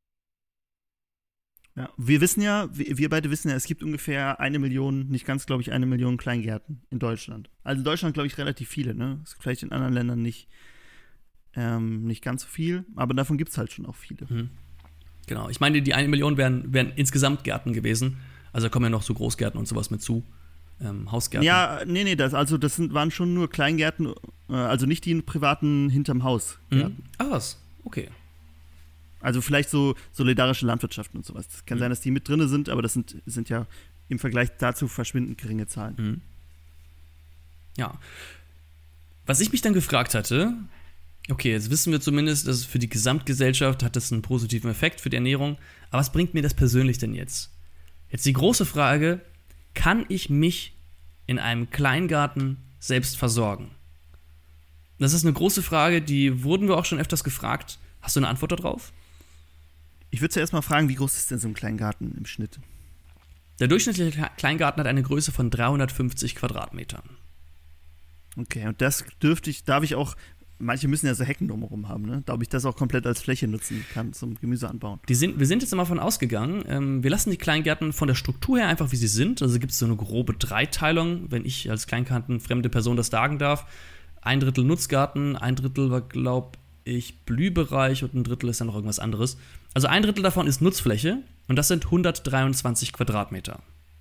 Ja, wir wissen ja, wir beide wissen ja, es gibt ungefähr eine Million, nicht ganz, glaube ich, eine Million Kleingärten in Deutschland. Also in Deutschland, glaube ich, relativ viele, ne? Ist vielleicht in anderen Ländern nicht, ähm, nicht ganz so viel, aber davon gibt es halt schon auch viele. Mhm. Genau, ich meine, die eine Million wären, wären insgesamt Gärten gewesen. Also da kommen ja noch so Großgärten und sowas mit zu. Ähm, Hausgärten. Ja, nee, nee, das, also das sind, waren schon nur Kleingärten, äh, also nicht die privaten hinterm Haus. Mhm. Ah, was? Okay. Also vielleicht so solidarische Landwirtschaften und sowas. Es kann mhm. sein, dass die mit drin sind, aber das sind, sind ja im Vergleich dazu verschwindend geringe Zahlen. Mhm. Ja. Was ich mich dann gefragt hatte, okay, jetzt wissen wir zumindest, dass für die Gesamtgesellschaft hat das einen positiven Effekt für die Ernährung, aber was bringt mir das persönlich denn jetzt? Jetzt die große Frage, kann ich mich in einem Kleingarten selbst versorgen? Das ist eine große Frage, die wurden wir auch schon öfters gefragt. Hast du eine Antwort darauf? Ich würde zuerst mal fragen, wie groß ist denn so ein Kleingarten im Schnitt? Der durchschnittliche Kleingarten hat eine Größe von dreihundertfünfzig Quadratmetern. Okay, und das dürfte ich, darf ich auch, manche müssen ja so Hecken drumherum haben, ne? Da ob ich das auch komplett als Fläche nutzen kann zum Gemüse anbauen. Die sind, wir sind jetzt immer davon ausgegangen, ähm, wir lassen die Kleingärten von der Struktur her einfach, wie sie sind. Also gibt es so eine grobe Dreiteilung, wenn ich als Kleingartenfremde Person das sagen darf. Ein Drittel Nutzgarten, ein Drittel war, glaube ich, Blühbereich und ein Drittel ist dann noch irgendwas anderes. Also ein Drittel davon ist Nutzfläche und das sind hundertdreiundzwanzig Quadratmeter.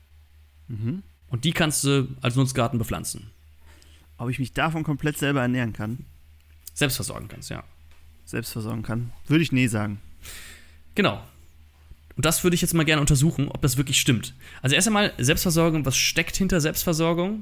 Mhm. Und die kannst du als Nutzgarten bepflanzen. Ob ich mich davon komplett selber ernähren kann? Selbst versorgen kannst, ja. Selbst versorgen kann? Würde ich nee sagen. Genau. Und das würde ich jetzt mal gerne untersuchen, ob das wirklich stimmt. Also erst einmal Selbstversorgung, was steckt hinter Selbstversorgung?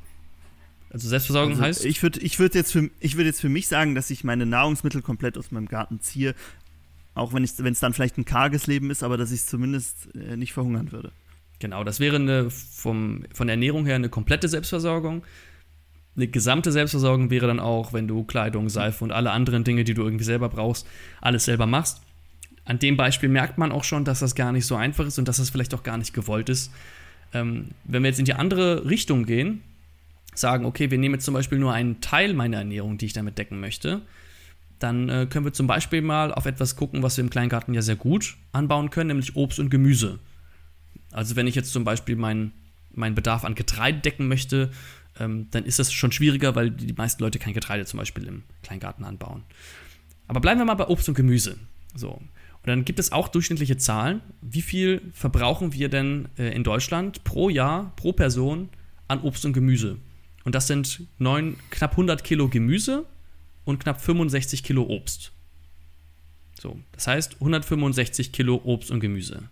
Also Selbstversorgung also heißt? Ich würde ich würd jetzt, für, ich würd jetzt für mich sagen, dass ich meine Nahrungsmittel komplett aus meinem Garten ziehe. Auch wenn es dann vielleicht ein karges Leben ist, aber dass ich zumindest äh, nicht verhungern würde. Genau, das wäre eine, vom, von der Ernährung her eine komplette Selbstversorgung. Eine gesamte Selbstversorgung wäre dann auch, wenn du Kleidung, Seife und alle anderen Dinge, die du irgendwie selber brauchst, alles selber machst. An dem Beispiel merkt man auch schon, dass das gar nicht so einfach ist und dass das vielleicht auch gar nicht gewollt ist. Ähm, wenn wir jetzt in die andere Richtung gehen, sagen, okay, wir nehmen jetzt zum Beispiel nur einen Teil meiner Ernährung, die ich damit decken möchte, dann äh, können wir zum Beispiel mal auf etwas gucken, was wir im Kleingarten ja sehr gut anbauen können, nämlich Obst und Gemüse. Also wenn ich jetzt zum Beispiel meinen mein Bedarf an Getreide decken möchte, ähm, dann ist das schon schwieriger, weil die meisten Leute kein Getreide zum Beispiel im Kleingarten anbauen. Aber bleiben wir mal bei Obst und Gemüse. So. Und dann gibt es auch durchschnittliche Zahlen. Wie viel verbrauchen wir denn äh, in Deutschland pro Jahr, pro Person an Obst und Gemüse? Und das sind neun, knapp hundert Kilo Gemüse und knapp fünfundsechzig Kilo Obst. So, das heißt hundertfünfundsechzig Kilo Obst und Gemüse.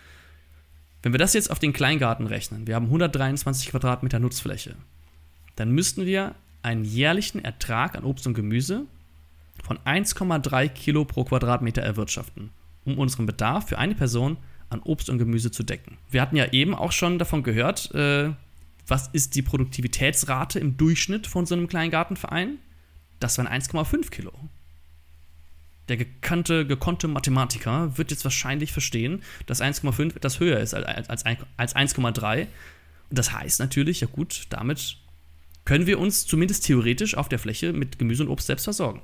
Wenn wir das jetzt auf den Kleingarten rechnen, wir haben hundertdreiundzwanzig Quadratmeter Nutzfläche, dann müssten wir einen jährlichen Ertrag an Obst und Gemüse von eins Komma drei Kilo pro Quadratmeter erwirtschaften, um unseren Bedarf für eine Person an Obst und Gemüse zu decken. Wir hatten ja eben auch schon davon gehört, äh, was ist die Produktivitätsrate im Durchschnitt von so einem Kleingartenverein? Das waren eins Komma fünf Kilo. Der gekannte, gekonnte Mathematiker wird jetzt wahrscheinlich verstehen, dass eins Komma fünf etwas höher ist als, als, als eins Komma drei. Und das heißt natürlich, ja gut, damit können wir uns zumindest theoretisch auf der Fläche mit Gemüse und Obst selbst versorgen.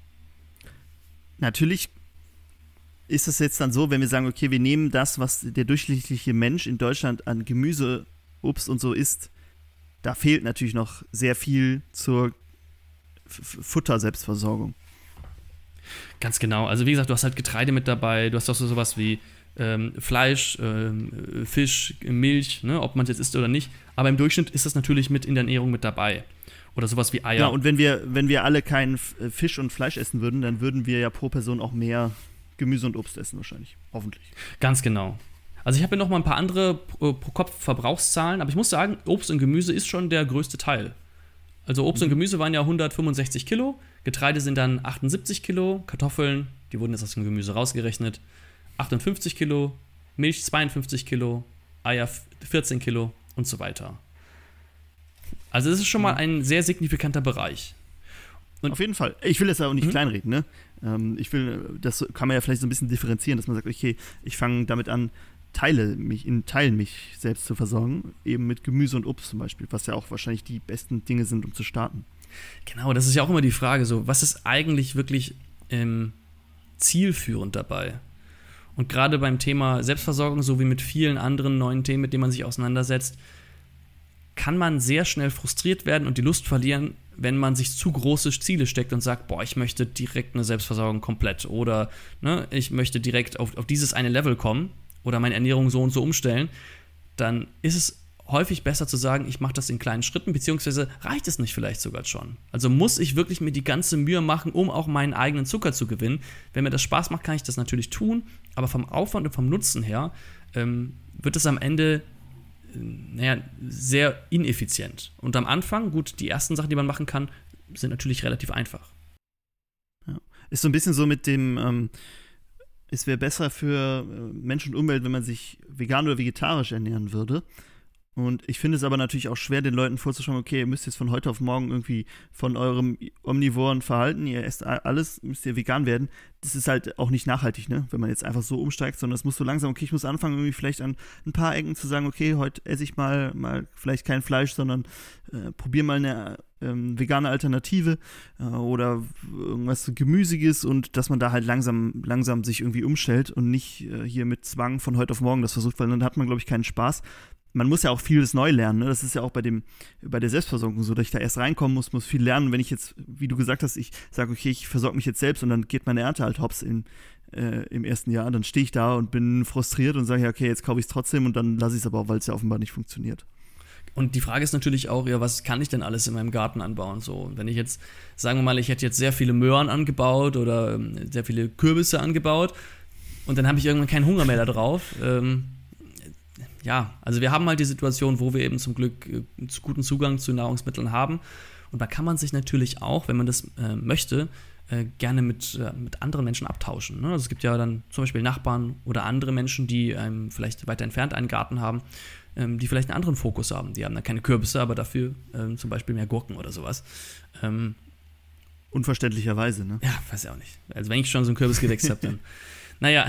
Natürlich ist es jetzt dann so, wenn wir sagen, okay, wir nehmen das, was der durchschnittliche Mensch in Deutschland an Gemüse, Obst und so isst, da fehlt natürlich noch sehr viel zur F- Futter-Selbstversorgung. Ganz genau. Also wie gesagt, du hast halt Getreide mit dabei, du hast auch so sowas wie ähm, Fleisch, ähm, Fisch, Milch, ne, ob man es jetzt isst oder nicht. Aber im Durchschnitt ist das natürlich mit in der Ernährung mit dabei. Oder sowas wie Eier. Ja, und wenn wir, wenn wir alle keinen Fisch und Fleisch essen würden, dann würden wir ja pro Person auch mehr Gemüse und Obst essen wahrscheinlich. Hoffentlich. Ganz genau. Also ich habe hier noch mal ein paar andere Pro-Kopf-Verbrauchszahlen, aber ich muss sagen, Obst und Gemüse ist schon der größte Teil. Also Obst mhm. und Gemüse waren ja hundertfünfundsechzig Kilo, Getreide sind dann achtundsiebzig Kilo, Kartoffeln, die wurden jetzt aus dem Gemüse rausgerechnet, achtundfünfzig Kilo, Milch zweiundfünfzig Kilo, Eier vierzehn Kilo und so weiter. Also das ist schon mal ein sehr signifikanter Bereich. Und auf jeden Fall. Ich will das ja auch nicht mhm. kleinreden, ne? Ähm, ich will, das kann man ja vielleicht so ein bisschen differenzieren, dass man sagt, okay, ich fange damit an, Teile mich, in Teilen mich selbst zu versorgen, eben mit Gemüse und Obst zum Beispiel, was ja auch wahrscheinlich die besten Dinge sind, um zu starten. Genau, das ist ja auch immer die Frage, so, was ist eigentlich wirklich ähm, zielführend dabei? Und gerade beim Thema Selbstversorgung, so wie mit vielen anderen neuen Themen, mit denen man sich auseinandersetzt, kann man sehr schnell frustriert werden und die Lust verlieren, wenn man sich zu große Ziele steckt und sagt, boah, ich möchte direkt eine Selbstversorgung komplett oder ne, ich möchte direkt auf, auf dieses eine Level kommen oder meine Ernährung so und so umstellen, dann ist es häufig besser zu sagen, ich mache das in kleinen Schritten, beziehungsweise reicht es nicht vielleicht sogar schon. Also muss ich wirklich mir die ganze Mühe machen, um auch meinen eigenen Zucker zu gewinnen. Wenn mir das Spaß macht, kann ich das natürlich tun, aber vom Aufwand und vom Nutzen her ähm, wird es am Ende naja, sehr ineffizient. Und am Anfang, gut, die ersten Sachen, die man machen kann, sind natürlich relativ einfach. Ja. Ist so ein bisschen so mit dem, ähm, es wäre besser für Mensch und Umwelt, wenn man sich vegan oder vegetarisch ernähren würde. Und ich finde es aber natürlich auch schwer, den Leuten vorzuschlagen, okay, ihr müsst jetzt von heute auf morgen irgendwie von eurem omnivoren Verhalten, ihr esst alles, müsst ihr vegan werden. Das ist halt auch nicht nachhaltig, ne? Wenn man jetzt einfach so umsteigt, sondern es muss so langsam, okay, ich muss anfangen, irgendwie vielleicht an ein paar Ecken zu sagen, okay, heute esse ich mal, mal vielleicht kein Fleisch, sondern äh, probiere mal eine ähm, vegane Alternative äh, oder irgendwas Gemüsiges und dass man da halt langsam, langsam sich irgendwie umstellt und nicht äh, hier mit Zwang von heute auf morgen das versucht, weil dann hat man, glaube ich, keinen Spaß. Man muss ja auch vieles neu lernen, ne? Das ist ja auch bei dem, bei der Selbstversorgung so, dass ich da erst reinkommen muss, muss viel lernen. Wenn ich jetzt, wie du gesagt hast, ich sage, okay, ich versorge mich jetzt selbst und dann geht meine Ernte halt hops in, äh, im ersten Jahr, dann stehe ich da und bin frustriert und sage, ja, okay, jetzt kaufe ich es trotzdem und dann lasse ich es aber auch, weil es ja offenbar nicht funktioniert. Und die Frage ist natürlich auch, ja, was kann ich denn alles in meinem Garten anbauen? So, wenn ich jetzt, sagen wir mal, ich hätte jetzt sehr viele Möhren angebaut oder ähm, sehr viele Kürbisse angebaut und dann habe ich irgendwann keinen Hunger mehr da drauf, ähm, ja, also wir haben halt die Situation, wo wir eben zum Glück äh, guten Zugang zu Nahrungsmitteln haben. Und da kann man sich natürlich auch, wenn man das äh, möchte, äh, gerne mit, äh, mit anderen Menschen abtauschen. Ne? Also es gibt ja dann zum Beispiel Nachbarn oder andere Menschen, die ähm, vielleicht weiter entfernt einen Garten haben, ähm, die vielleicht einen anderen Fokus haben. Die haben dann keine Kürbisse, aber dafür ähm, zum Beispiel mehr Gurken oder sowas. Ähm, Unverständlicherweise, ne? Ja, weiß ich auch nicht. Also wenn ich schon so ein Kürbisgewächs habe, dann naja.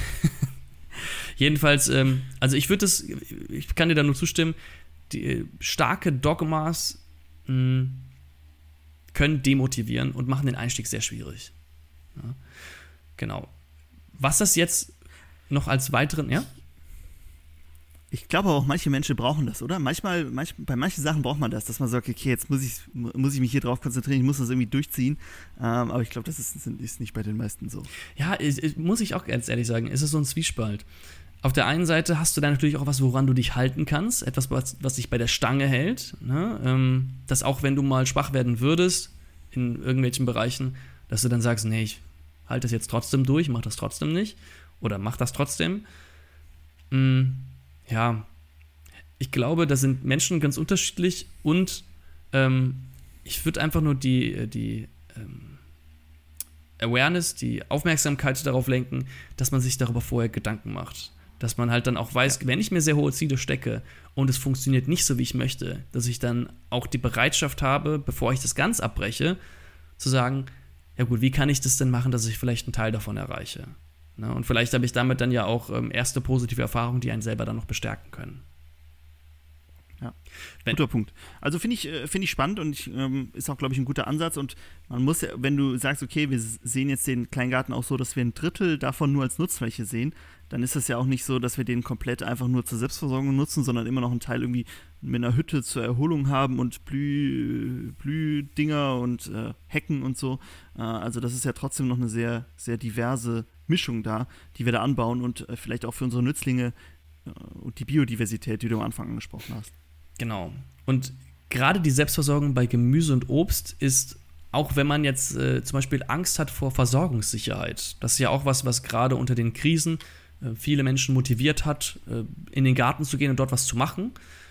Jedenfalls, ähm, also ich würde das, ich kann dir da nur zustimmen, die äh, starke Dogmas mh, können demotivieren und machen den Einstieg sehr schwierig. Ja, genau. Was das jetzt noch als weiteren, ja? Ich glaube auch, manche Menschen brauchen das, oder? Manchmal, manch, bei manchen Sachen braucht man das, dass man sagt, okay, jetzt muss ich, muss ich mich hier drauf konzentrieren, ich muss das irgendwie durchziehen. Ähm, aber ich glaube, das ist, ist nicht bei den meisten so. Ja, ist, ist, muss ich auch ganz ehrlich sagen, ist es so ein Zwiespalt. Auf der einen Seite hast du da natürlich auch was, woran du dich halten kannst, etwas, was, was dich bei der Stange hält, ne? ähm, dass auch wenn du mal schwach werden würdest in irgendwelchen Bereichen, dass du dann sagst, nee, ich halte das jetzt trotzdem durch, mach das trotzdem nicht oder mach das trotzdem. Mhm. Ja, ich glaube, da sind Menschen ganz unterschiedlich und ähm, ich würde einfach nur die, die ähm, Awareness, die Aufmerksamkeit darauf lenken, dass man sich darüber vorher Gedanken macht. Dass man halt dann auch weiß, wenn ich mir sehr hohe Ziele stecke und es funktioniert nicht so, wie ich möchte, dass ich dann auch die Bereitschaft habe, bevor ich das ganz abbreche, zu sagen, ja gut, wie kann ich das denn machen, dass ich vielleicht einen Teil davon erreiche? Ne? Und vielleicht habe ich damit dann ja auch ähm, erste positive Erfahrungen, die einen selber dann noch bestärken können. Ja, wenn, guter Punkt. Also finde ich, äh, find ich spannend und ich, ähm, ist auch, glaube ich, ein guter Ansatz. Und man muss ja, wenn du sagst, okay, wir sehen jetzt den Kleingarten auch so, dass wir ein Drittel davon nur als Nutzfläche sehen, dann ist es ja auch nicht so, dass wir den komplett einfach nur zur Selbstversorgung nutzen, sondern immer noch einen Teil irgendwie mit einer Hütte zur Erholung haben und Blüh, Blühdinger und äh, Hecken und so. Äh, also das ist ja trotzdem noch eine sehr, sehr diverse Mischung da, die wir da anbauen und äh, vielleicht auch für unsere Nützlinge äh, und die Biodiversität, die du am Anfang angesprochen hast. Genau. Und gerade die Selbstversorgung bei Gemüse und Obst ist, auch wenn man jetzt äh, zum Beispiel Angst hat vor Versorgungssicherheit, das ist ja auch was, was gerade unter den Krisen äh, viele Menschen motiviert hat, äh, in den Garten zu gehen und dort was zu machen.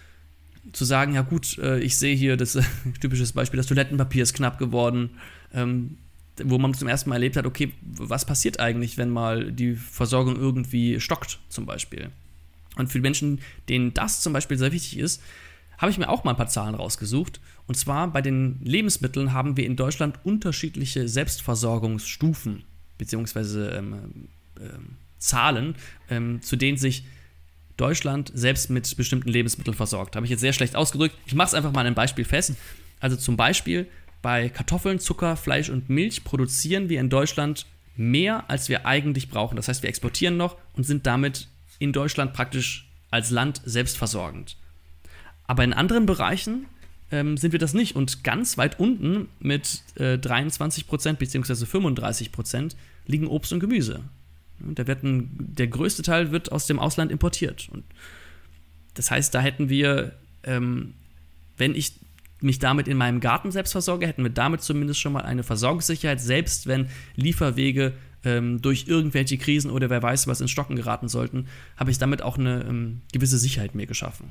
Zu sagen, ja gut, äh, ich sehe hier das äh, typisches Beispiel, das Toilettenpapier ist knapp geworden, ähm, wo man zum ersten Mal erlebt hat, okay, was passiert eigentlich, wenn mal die Versorgung irgendwie stockt zum Beispiel. Und für die Menschen, denen das zum Beispiel sehr wichtig ist, habe ich mir auch mal ein paar Zahlen rausgesucht. Und zwar bei den Lebensmitteln haben wir in Deutschland unterschiedliche Selbstversorgungsstufen, beziehungsweise ähm, ähm, Zahlen, ähm, zu denen sich Deutschland selbst mit bestimmten Lebensmitteln versorgt. Habe ich jetzt sehr schlecht ausgedrückt. Ich mache es einfach mal an einem Beispiel fest. Also zum Beispiel bei Kartoffeln, Zucker, Fleisch und Milch produzieren wir in Deutschland mehr, als wir eigentlich brauchen. Das heißt, wir exportieren noch und sind damit in Deutschland praktisch als Land selbstversorgend. Aber in anderen Bereichen ähm, sind wir das nicht. Und ganz weit unten mit äh, dreiundzwanzig Prozent bzw. fünfunddreißig Prozent liegen Obst und Gemüse. Da wird ein, der größte Teil wird aus dem Ausland importiert. Und das heißt, da hätten wir, ähm, wenn ich mich damit in meinem Garten selbst versorge, hätten wir damit zumindest schon mal eine Versorgungssicherheit, selbst wenn Lieferwege ähm, durch irgendwelche Krisen oder wer weiß was ins Stocken geraten sollten, habe ich damit auch eine ähm, gewisse Sicherheit mir geschaffen.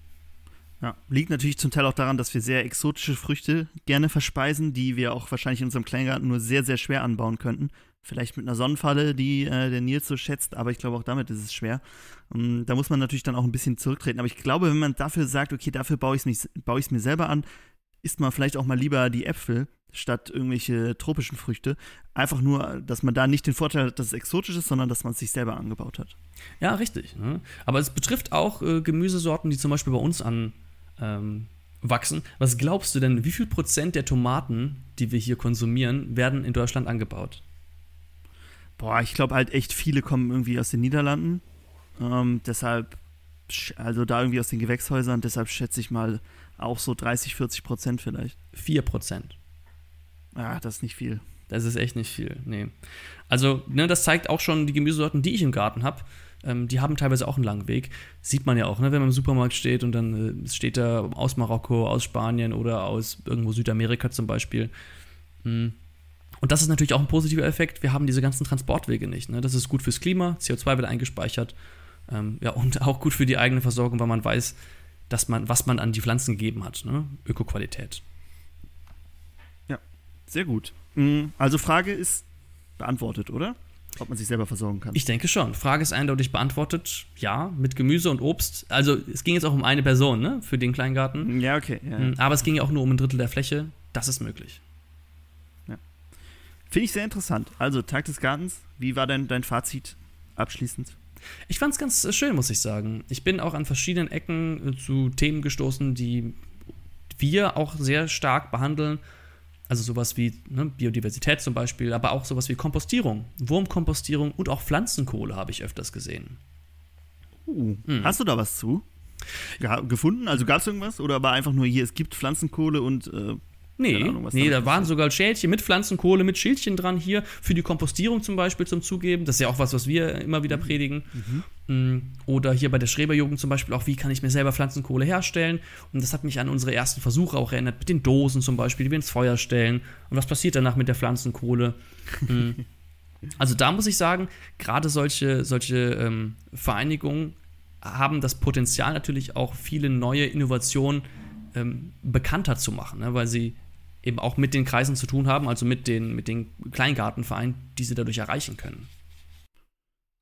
Ja, liegt natürlich zum Teil auch daran, dass wir sehr exotische Früchte gerne verspeisen, die wir auch wahrscheinlich in unserem Kleingarten nur sehr, sehr schwer anbauen könnten. Vielleicht mit einer Sonnenfalle, die äh, der Nils so schätzt, aber ich glaube auch damit ist es schwer. Um, da muss man natürlich dann auch ein bisschen zurücktreten. Aber ich glaube, wenn man dafür sagt, okay, dafür baue ich es baue ich es mir selber an, isst man vielleicht auch mal lieber die Äpfel statt irgendwelche tropischen Früchte. Einfach nur, dass man da nicht den Vorteil hat, dass es exotisch ist, sondern dass man es sich selber angebaut hat. Ja, richtig. Ne? Aber es betrifft auch äh, Gemüsesorten, die zum Beispiel bei uns an ähm, wachsen. Was glaubst du denn, wie viel Prozent der Tomaten, die wir hier konsumieren, werden in Deutschland angebaut? Boah, ich glaube halt echt viele kommen irgendwie aus den Niederlanden. Ähm, deshalb, also da irgendwie aus den Gewächshäusern, deshalb schätze ich mal auch so dreißig, vierzig Prozent vielleicht. vier Prozent. Ah, das ist nicht viel. Das ist echt nicht viel, nee. Also, ne, das zeigt auch schon die Gemüsesorten, die ich im Garten habe. Ähm, die haben teilweise auch einen langen Weg. Sieht man ja auch, ne, wenn man im Supermarkt steht und dann äh, steht da aus Marokko, aus Spanien oder aus irgendwo Südamerika zum Beispiel. Hm. Und das ist natürlich auch ein positiver Effekt. Wir haben diese ganzen Transportwege nicht. Ne? Das ist gut fürs Klima, C O zwei wird eingespeichert. Ähm, ja, und auch gut für die eigene Versorgung, weil man weiß, dass man, was man an die Pflanzen gegeben hat. Ne? Ökoqualität. Ja, sehr gut. Also Frage ist beantwortet, oder? Ob man sich selber versorgen kann. Ich denke schon. Frage ist eindeutig beantwortet. Ja, mit Gemüse und Obst. Also es ging jetzt auch um eine Person, ne? Für den Kleingarten. Ja, okay. Ja. Aber es ging ja auch nur um ein Drittel der Fläche. Das ist möglich. Finde ich sehr interessant. Also, Tag des Gartens, wie war denn dein Fazit abschließend? Ich fand es ganz schön, muss ich sagen. Ich bin auch an verschiedenen Ecken zu Themen gestoßen, die wir auch sehr stark behandeln. Also sowas wie ne, Biodiversität zum Beispiel, aber auch sowas wie Kompostierung, Wurmkompostierung und auch Pflanzenkohle habe ich öfters gesehen. Uh, hm. Hast du da was zu ja, gefunden? Also gab es irgendwas? Oder war einfach nur hier, es gibt Pflanzenkohle und äh, Nee, Ahnung, nee da waren sogar Schälchen mit Pflanzenkohle, mit Schildchen dran hier, für die Kompostierung zum Beispiel zum Zugeben. Das ist ja auch was, was wir immer wieder predigen. Mhm. Oder hier bei der Schreberjugend zum Beispiel auch, wie kann ich mir selber Pflanzenkohle herstellen? Und das hat mich an unsere ersten Versuche auch erinnert, mit den Dosen zum Beispiel, die wir ins Feuer stellen. Und was passiert danach mit der Pflanzenkohle? mhm. Also da muss ich sagen, gerade solche, solche ähm, Vereinigungen haben das Potenzial natürlich auch viele neue Innovationen ähm, bekannter zu machen, ne? Weil sie eben auch mit den Kreisen zu tun haben, also mit den, mit den Kleingartenvereinen, die sie dadurch erreichen können.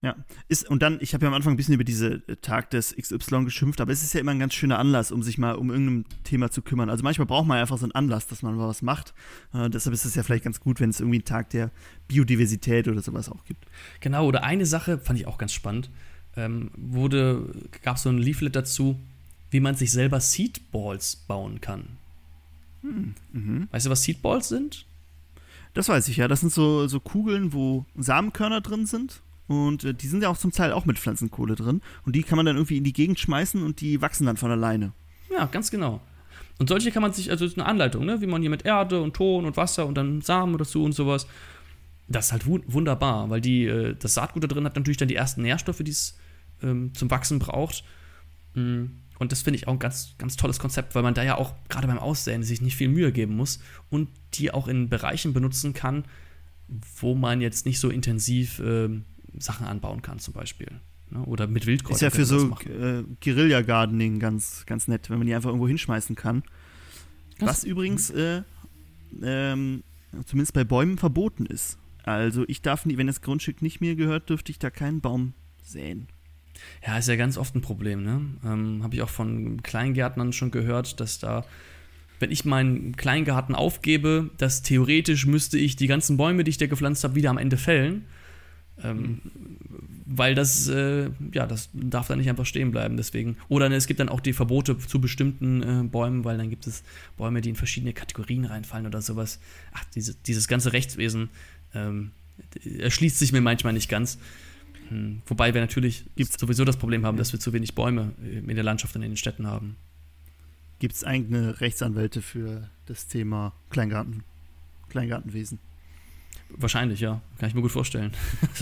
Ja, ist, und dann, ich habe ja am Anfang ein bisschen über diese Tag des X Y geschimpft, aber es ist ja immer ein ganz schöner Anlass, um sich mal um irgendein Thema zu kümmern. Also manchmal braucht man einfach so einen Anlass, dass man mal was macht. Äh, deshalb ist es ja vielleicht ganz gut, wenn es irgendwie einen Tag der Biodiversität oder sowas auch gibt. Genau, oder eine Sache, fand ich auch ganz spannend, ähm, wurde, gab es so ein Leaflet dazu, wie man sich selber Seedballs bauen kann. Hm, mhm. Weißt du, was Seedballs sind? Das weiß ich, ja. Das sind so, so Kugeln, wo Samenkörner drin sind. Und äh, die sind ja auch zum Teil auch mit Pflanzenkohle drin. Und die kann man dann irgendwie in die Gegend schmeißen und die wachsen dann von alleine. Ja, ganz genau. Und solche kann man sich, also das ist eine Anleitung, ne? Wie man hier mit Erde und Ton und Wasser und dann Samen dazu und sowas. Das ist halt wu- wunderbar, weil die, äh, das Saatgut da drin hat natürlich dann die ersten Nährstoffe, die es ähm, zum Wachsen braucht. Mm. Und das finde ich auch ein ganz, ganz tolles Konzept, weil man da ja auch gerade beim Aussäen sich nicht viel Mühe geben muss und die auch in Bereichen benutzen kann, wo man jetzt nicht so intensiv ähm, Sachen anbauen kann, zum Beispiel. Ne? Oder mit Wildkräutern. Ist ja für so äh, Guerilla-Gardening ganz, ganz nett, wenn man die einfach irgendwo hinschmeißen kann. Ganz Was übrigens äh, ähm, zumindest bei Bäumen verboten ist. Also ich darf nie, wenn das Grundstück nicht mir gehört, dürfte ich da keinen Baum säen. Ja, ist ja ganz oft ein Problem, ne? Ähm, habe ich auch von Kleingärtnern schon gehört, dass da, wenn ich meinen Kleingarten aufgebe, dass theoretisch müsste ich die ganzen Bäume, die ich da gepflanzt habe, wieder am Ende fällen. Ähm, mhm. Weil das, äh, ja, das darf da nicht einfach stehen bleiben, deswegen. Oder ne, es gibt dann auch die Verbote zu bestimmten äh, Bäumen, weil dann gibt es Bäume, die in verschiedene Kategorien reinfallen oder sowas. Ach, diese, dieses ganze Rechtswesen ähm, erschließt sich mir manchmal nicht ganz. Hm. Wobei wir natürlich gibt's sowieso das Problem haben, dass wir zu wenig Bäume in der Landschaft und in den Städten haben. Gibt es eigene Rechtsanwälte für das Thema Kleingarten, Kleingartenwesen? Wahrscheinlich, ja. Kann ich mir gut vorstellen.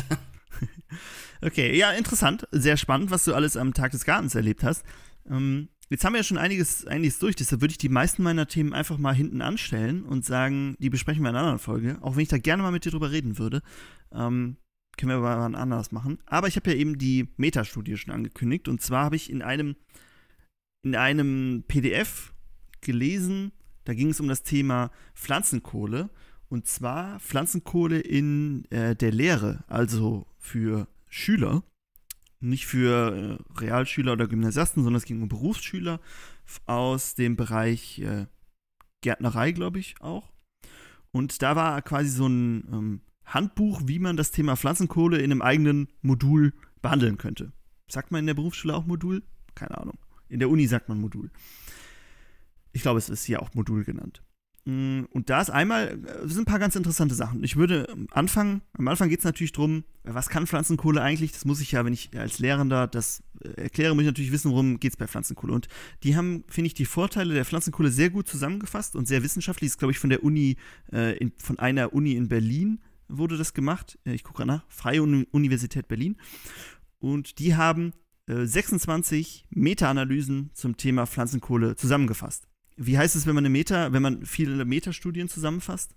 Okay, ja, interessant. Sehr spannend, was du alles am Tag des Gartens erlebt hast. Ähm, jetzt haben wir ja schon einiges, einiges durch, deshalb würde ich die meisten meiner Themen einfach mal hinten anstellen und sagen, die besprechen wir in einer anderen Folge. Auch wenn ich da gerne mal mit dir drüber reden würde. Ähm, können wir aber mal anders machen. Aber ich habe ja eben die Metastudie schon angekündigt. Und zwar habe ich in einem, in einem P D F gelesen, da ging es um das Thema Pflanzenkohle. Und zwar Pflanzenkohle in äh, der Lehre, also für Schüler, nicht für äh, Realschüler oder Gymnasiasten, sondern es ging um Berufsschüler aus dem Bereich äh, Gärtnerei, glaube ich, auch. Und da war quasi so ein ähm, Handbuch, wie man das Thema Pflanzenkohle in einem eigenen Modul behandeln könnte. Sagt man in der Berufsschule auch Modul? Keine Ahnung. In der Uni sagt man Modul. Ich glaube, es ist hier auch Modul genannt. Und da ist einmal, das sind ein paar ganz interessante Sachen. Ich würde anfangen, am Anfang geht es natürlich darum, was kann Pflanzenkohle eigentlich? Das muss ich ja, wenn ich als Lehrender das erkläre, muss ich natürlich wissen, worum geht es bei Pflanzenkohle. Und die haben, finde ich, die Vorteile der Pflanzenkohle sehr gut zusammengefasst und sehr wissenschaftlich. Das ist, glaube ich, von der Uni, äh, in, von einer Uni in Berlin wurde das gemacht. Ich gucke gerade nach, Freie Uni- Universität Berlin. Und die haben äh, sechsundzwanzig Meta-Analysen zum Thema Pflanzenkohle zusammengefasst. Wie heißt es, wenn man eine Meta, wenn man viele Metastudien zusammenfasst?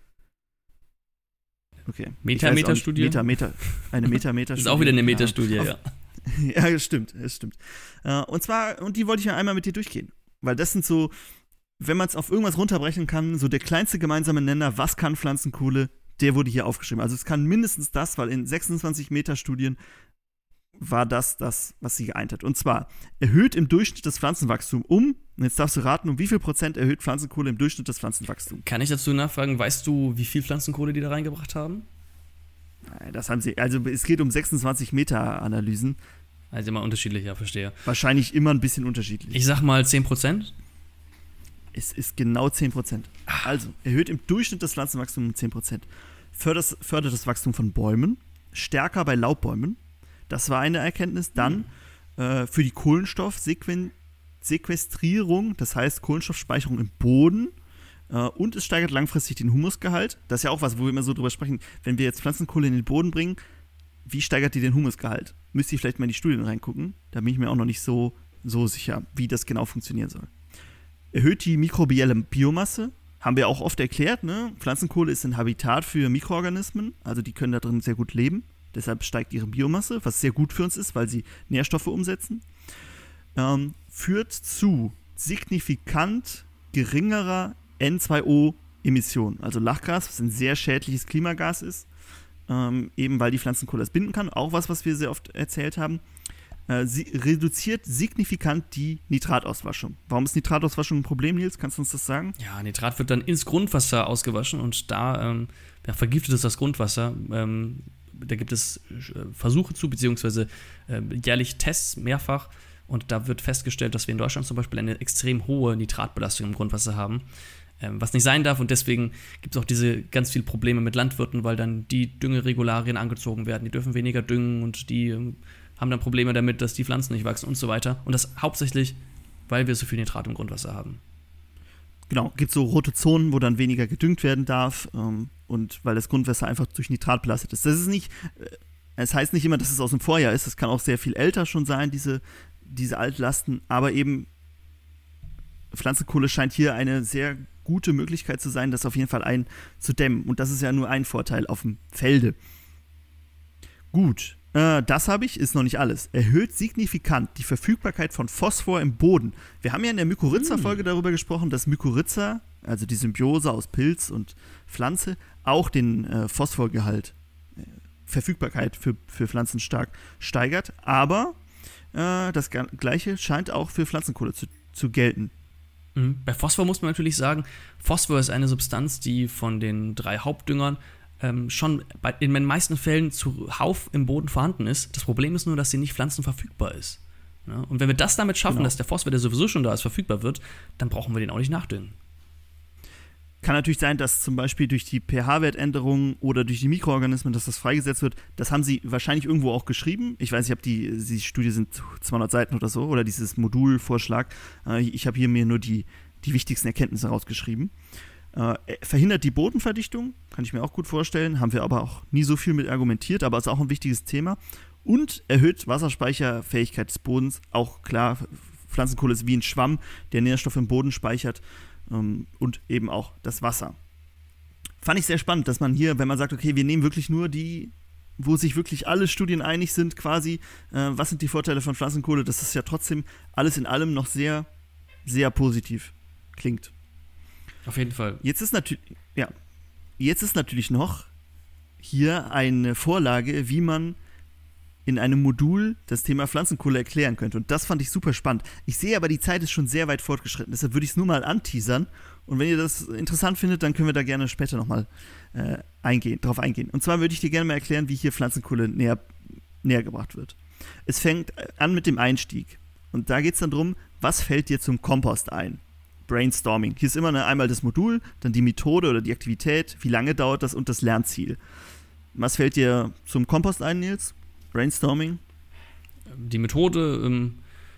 Okay. Meta-Metastudie? Meta, Meta, eine Meta-Metastudie. Das ist auch wieder eine Metastudie, ja. ja. Ja, das stimmt, das stimmt. Und zwar, und die wollte ich ja einmal mit dir durchgehen. Weil das sind so, wenn man es auf irgendwas runterbrechen kann, so der kleinste gemeinsame Nenner, was kann Pflanzenkohle, der wurde hier aufgeschrieben. Also es kann mindestens das, weil in sechsundzwanzig Metastudien war das das, was sie geeint hat. Und zwar erhöht im Durchschnitt das Pflanzenwachstum um, und jetzt darfst du raten, um wie viel Prozent erhöht Pflanzenkohle im Durchschnitt das Pflanzenwachstum? Kann ich dazu nachfragen, weißt du, wie viel Pflanzenkohle die da reingebracht haben? Nein, das haben sie, also es geht um sechsundzwanzig Meta-Analysen. Also immer unterschiedlich, ja, verstehe. Wahrscheinlich immer ein bisschen unterschiedlich. Ich sag mal zehn Prozent. Es ist genau zehn Prozent. Also, erhöht im Durchschnitt das Pflanzenwachstum um zehn Prozent. Fördert, fördert das Wachstum von Bäumen, stärker bei Laubbäumen. Das war eine Erkenntnis. Dann mhm. äh, für die Kohlenstoffsequestrierung, das heißt Kohlenstoffspeicherung im Boden. Äh, und es steigert langfristig den Humusgehalt. Das ist ja auch was, wo wir immer so drüber sprechen. Wenn wir jetzt Pflanzenkohle in den Boden bringen, wie steigert die den Humusgehalt? Müsst ihr vielleicht mal in die Studien reingucken. Da bin ich mir auch noch nicht so, so sicher, wie das genau funktionieren soll. Erhöht die mikrobielle Biomasse. Haben wir auch oft erklärt, ne? Pflanzenkohle ist ein Habitat für Mikroorganismen. Also die können da drin sehr gut leben. Deshalb steigt ihre Biomasse, was sehr gut für uns ist, weil sie Nährstoffe umsetzen. Ähm, führt zu signifikant geringerer N zwei O-Emissionen. Also Lachgas, was ein sehr schädliches Klimagas ist. ähm, eben weil die Pflanzenkohle das binden kann, auch was, was wir sehr oft erzählt haben, äh, sie reduziert signifikant die Nitratauswaschung. Warum ist Nitratauswaschung ein Problem, Nils? Kannst du uns das sagen? Ja, Nitrat wird dann ins Grundwasser ausgewaschen und da ähm, ja, vergiftet es das Grundwasser. Ähm, da gibt es äh, Versuche zu, beziehungsweise äh, jährlich Tests mehrfach. Und da wird festgestellt, dass wir in Deutschland zum Beispiel eine extrem hohe Nitratbelastung im Grundwasser haben, ähm, was nicht sein darf. Und deswegen gibt es auch diese ganz viele Probleme mit Landwirten, weil dann die Düngeregularien angezogen werden. Die dürfen weniger düngen und die ähm, haben dann Probleme damit, dass die Pflanzen nicht wachsen und so weiter. Und das hauptsächlich, weil wir so viel Nitrat im Grundwasser haben. Genau, gibt so rote Zonen, wo dann weniger gedüngt werden darf ähm, und weil das Grundwasser einfach durch Nitrat belastet ist. Das ist nicht, äh, es heißt nicht immer, dass es aus dem Vorjahr ist. Es kann auch sehr viel älter schon sein, diese diese Altlasten, aber eben Pflanzenkohle scheint hier eine sehr gute Möglichkeit zu sein, das auf jeden Fall einzudämmen. Und das ist ja nur ein Vorteil auf dem Felde. Gut, äh, das habe ich, ist noch nicht alles. Erhöht signifikant die Verfügbarkeit von Phosphor im Boden. Wir haben ja in der Mykorrhiza-Folge darüber gesprochen, dass Mykorrhiza, also die Symbiose aus Pilz und Pflanze, auch den äh, Phosphorgehalt, äh, Verfügbarkeit für, für Pflanzen stark steigert. Aber das Gleiche scheint auch für Pflanzenkohle zu, zu gelten. Mhm. Bei Phosphor muss man natürlich sagen, Phosphor ist eine Substanz, die von den drei Hauptdüngern ähm, schon bei, in den meisten Fällen zuhauf im Boden vorhanden ist. Das Problem ist nur, dass sie nicht pflanzenverfügbar ist. Ja? Und wenn wir das damit schaffen, genau. dass der Phosphor, der sowieso schon da ist, verfügbar wird, dann brauchen wir den auch nicht nachdüngen. Kann natürlich sein, dass zum Beispiel durch die pH-Wertänderung oder durch die Mikroorganismen, dass das freigesetzt wird. Das haben sie wahrscheinlich irgendwo auch geschrieben. Ich weiß nicht, ob die, die Studie sind zweihundert Seiten oder so, oder dieses Modulvorschlag. Ich habe hier mir nur die, die wichtigsten Erkenntnisse rausgeschrieben. Verhindert die Bodenverdichtung, kann ich mir auch gut vorstellen. Haben wir aber auch nie so viel mit argumentiert, aber ist auch ein wichtiges Thema. Und erhöht Wasserspeicherfähigkeit des Bodens. Auch klar, Pflanzenkohle ist wie ein Schwamm, der Nährstoffe im Boden speichert. Und eben auch das Wasser. Fand ich sehr spannend, dass man hier, wenn man sagt, okay, wir nehmen wirklich nur die, wo sich wirklich alle Studien einig sind, quasi, äh, was sind die Vorteile von Pflanzenkohle, dass das ja trotzdem alles in allem noch sehr, sehr positiv klingt. Auf jeden Fall. Jetzt ist natürlich, ja, jetzt ist natürlich noch hier eine Vorlage, wie man in einem Modul das Thema Pflanzenkohle erklären könnte. Und das fand ich super spannend. Ich sehe aber, die Zeit ist schon sehr weit fortgeschritten. Deshalb würde ich es nur mal anteasern. Und wenn ihr das interessant findet, dann können wir da gerne später nochmal äh, eingehen, drauf eingehen. Und zwar würde ich dir gerne mal erklären, wie hier Pflanzenkohle näher, näher gebracht wird. Es fängt an mit dem Einstieg. Und da geht es dann darum, was fällt dir zum Kompost ein? Brainstorming. Hier ist immer eine, einmal das Modul, dann die Methode oder die Aktivität, wie lange dauert das und das Lernziel. Was fällt dir zum Kompost ein, Nils? Brainstorming? Die Methode. Ähm,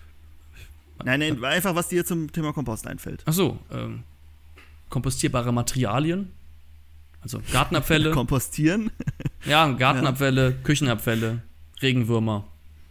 nein, nein, einfach, was dir zum Thema Kompost einfällt. Achso, ähm, kompostierbare Materialien. Also Gartenabfälle. Kompostieren? Ja, Gartenabfälle, ja. Küchenabfälle, Regenwürmer.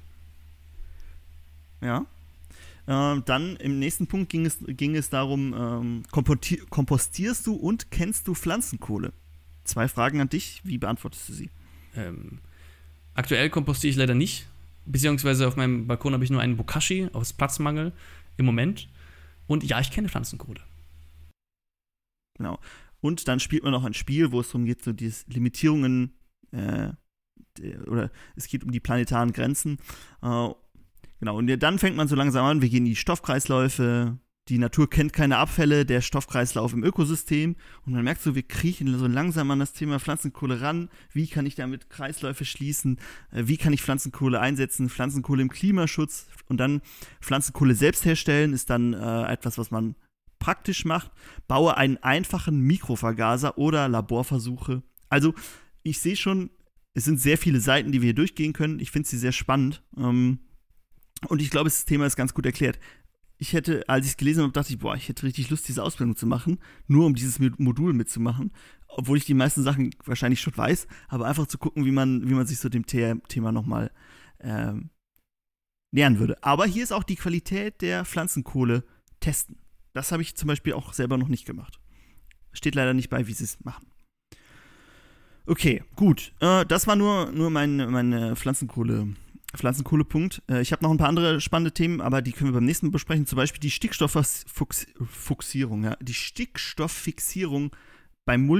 Ja. Äh, dann im nächsten Punkt ging es, ging es darum, ähm, komposti- kompostierst du und kennst du Pflanzenkohle? Zwei Fragen an dich, wie beantwortest du sie? Ähm, aktuell kompostiere ich leider nicht, beziehungsweise auf meinem Balkon habe ich nur einen Bokashi aus Platzmangel im Moment. Und ja, ich kenne Pflanzenkohle. Genau. Und dann spielt man noch ein Spiel, wo es darum geht, so die Limitierungen, äh, die, oder es geht um die planetaren Grenzen. Äh, genau, und dann fängt man so langsam an, wir gehen in die Stoffkreisläufe, die Natur kennt keine Abfälle, der Stoffkreislauf im Ökosystem. Und man merkt so, wir kriechen so langsam an das Thema Pflanzenkohle ran. Wie kann ich damit Kreisläufe schließen? Äh, wie kann ich Pflanzenkohle einsetzen? Pflanzenkohle im Klimaschutz. Und dann Pflanzenkohle selbst herstellen ist dann äh, etwas, was man praktisch macht. Baue einen einfachen Mikrovergaser oder Laborversuche. Also, ich sehe schon, es sind sehr viele Seiten, die wir hier durchgehen können. Ich finde sie sehr spannend. Ähm, und ich glaube, das Thema ist ganz gut erklärt. Ich hätte, als ich es gelesen habe, dachte ich, boah, ich hätte richtig Lust, diese Ausbildung zu machen, nur um dieses Modul mitzumachen, obwohl ich die meisten Sachen wahrscheinlich schon weiß, aber einfach zu gucken, wie man, wie man sich so dem The- Thema nochmal ähm, nähern würde. Aber hier ist auch die Qualität der Pflanzenkohle testen. Das habe ich zum Beispiel auch selber noch nicht gemacht. Steht leider nicht bei, wie sie es machen. Okay, gut. Äh, das war nur, nur mein, meine Pflanzenkohle Pflanzenkohlepunkt. Äh, ich habe noch ein paar andere spannende Themen, aber die können wir beim nächsten Mal besprechen. Zum Beispiel die Stickstofffixierung, ja. Die Stickstofffixierung beim Mulchen.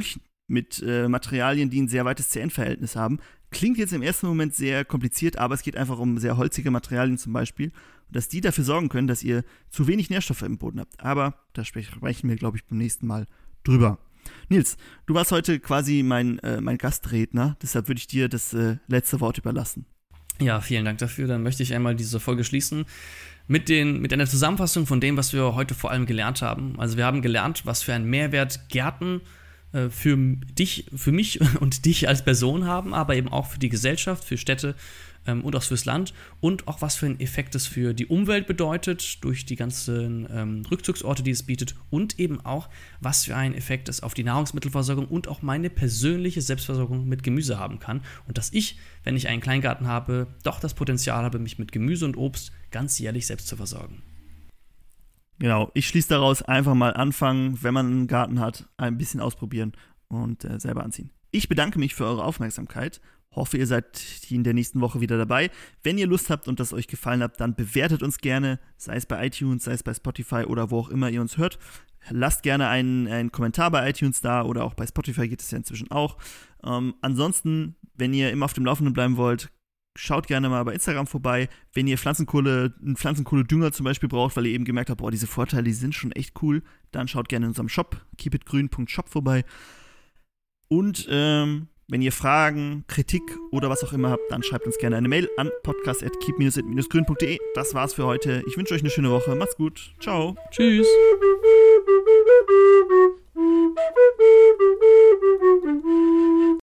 mit äh, Materialien, die ein sehr weites C N-Verhältnis haben. Klingt jetzt im ersten Moment sehr kompliziert, aber es geht einfach um sehr holzige Materialien zum Beispiel. Und dass die dafür sorgen können, dass ihr zu wenig Nährstoffe im Boden habt. Aber da sprechen wir, glaube ich, beim nächsten Mal drüber. Nils, du warst heute quasi mein, äh, mein Gastredner, deshalb würde ich dir das äh, letzte Wort überlassen. Ja, vielen Dank dafür. Dann möchte ich einmal diese Folge schließen mit, den, mit einer Zusammenfassung von dem, was wir heute vor allem gelernt haben. Also wir haben gelernt, was für einen Mehrwert Gärten äh, für dich, für mich und dich als Person haben, aber eben auch für die Gesellschaft, für Städte ähm, und auch fürs Land und auch was für einen Effekt es für die Umwelt bedeutet, durch die ganzen ähm, Rückzugsorte, die es bietet und eben auch, was für einen Effekt es auf die Nahrungsmittelversorgung und auch meine persönliche Selbstversorgung mit Gemüse haben kann und dass ich, wenn ich einen Kleingarten habe, doch das Potenzial habe, mich mit Gemüse und Obst ganz jährlich selbst zu versorgen. Genau, ich schließe daraus, einfach mal anfangen, wenn man einen Garten hat, ein bisschen ausprobieren und äh, selber anziehen. Ich bedanke mich für eure Aufmerksamkeit. Hoffe, ihr seid in der nächsten Woche wieder dabei. Wenn ihr Lust habt und das euch gefallen hat, dann bewertet uns gerne, sei es bei iTunes, sei es bei Spotify oder wo auch immer ihr uns hört. Lasst gerne einen, einen Kommentar bei iTunes da oder auch bei Spotify geht es ja inzwischen auch. Ähm, ansonsten, wenn ihr immer auf dem Laufenden bleiben wollt, schaut gerne mal bei Instagram vorbei. Wenn ihr Pflanzenkohle, einen Pflanzenkohle-Dünger zum Beispiel braucht, weil ihr eben gemerkt habt, boah, diese Vorteile, die sind schon echt cool, dann schaut gerne in unserem Shop, keepitgrün punkt shop vorbei. Und ähm, wenn ihr Fragen, Kritik oder was auch immer habt, dann schreibt uns gerne eine Mail an podcast at keep grün punkt de. Das war's für heute. Ich wünsche euch eine schöne Woche. Macht's gut. Ciao. Tschüss. Thank you.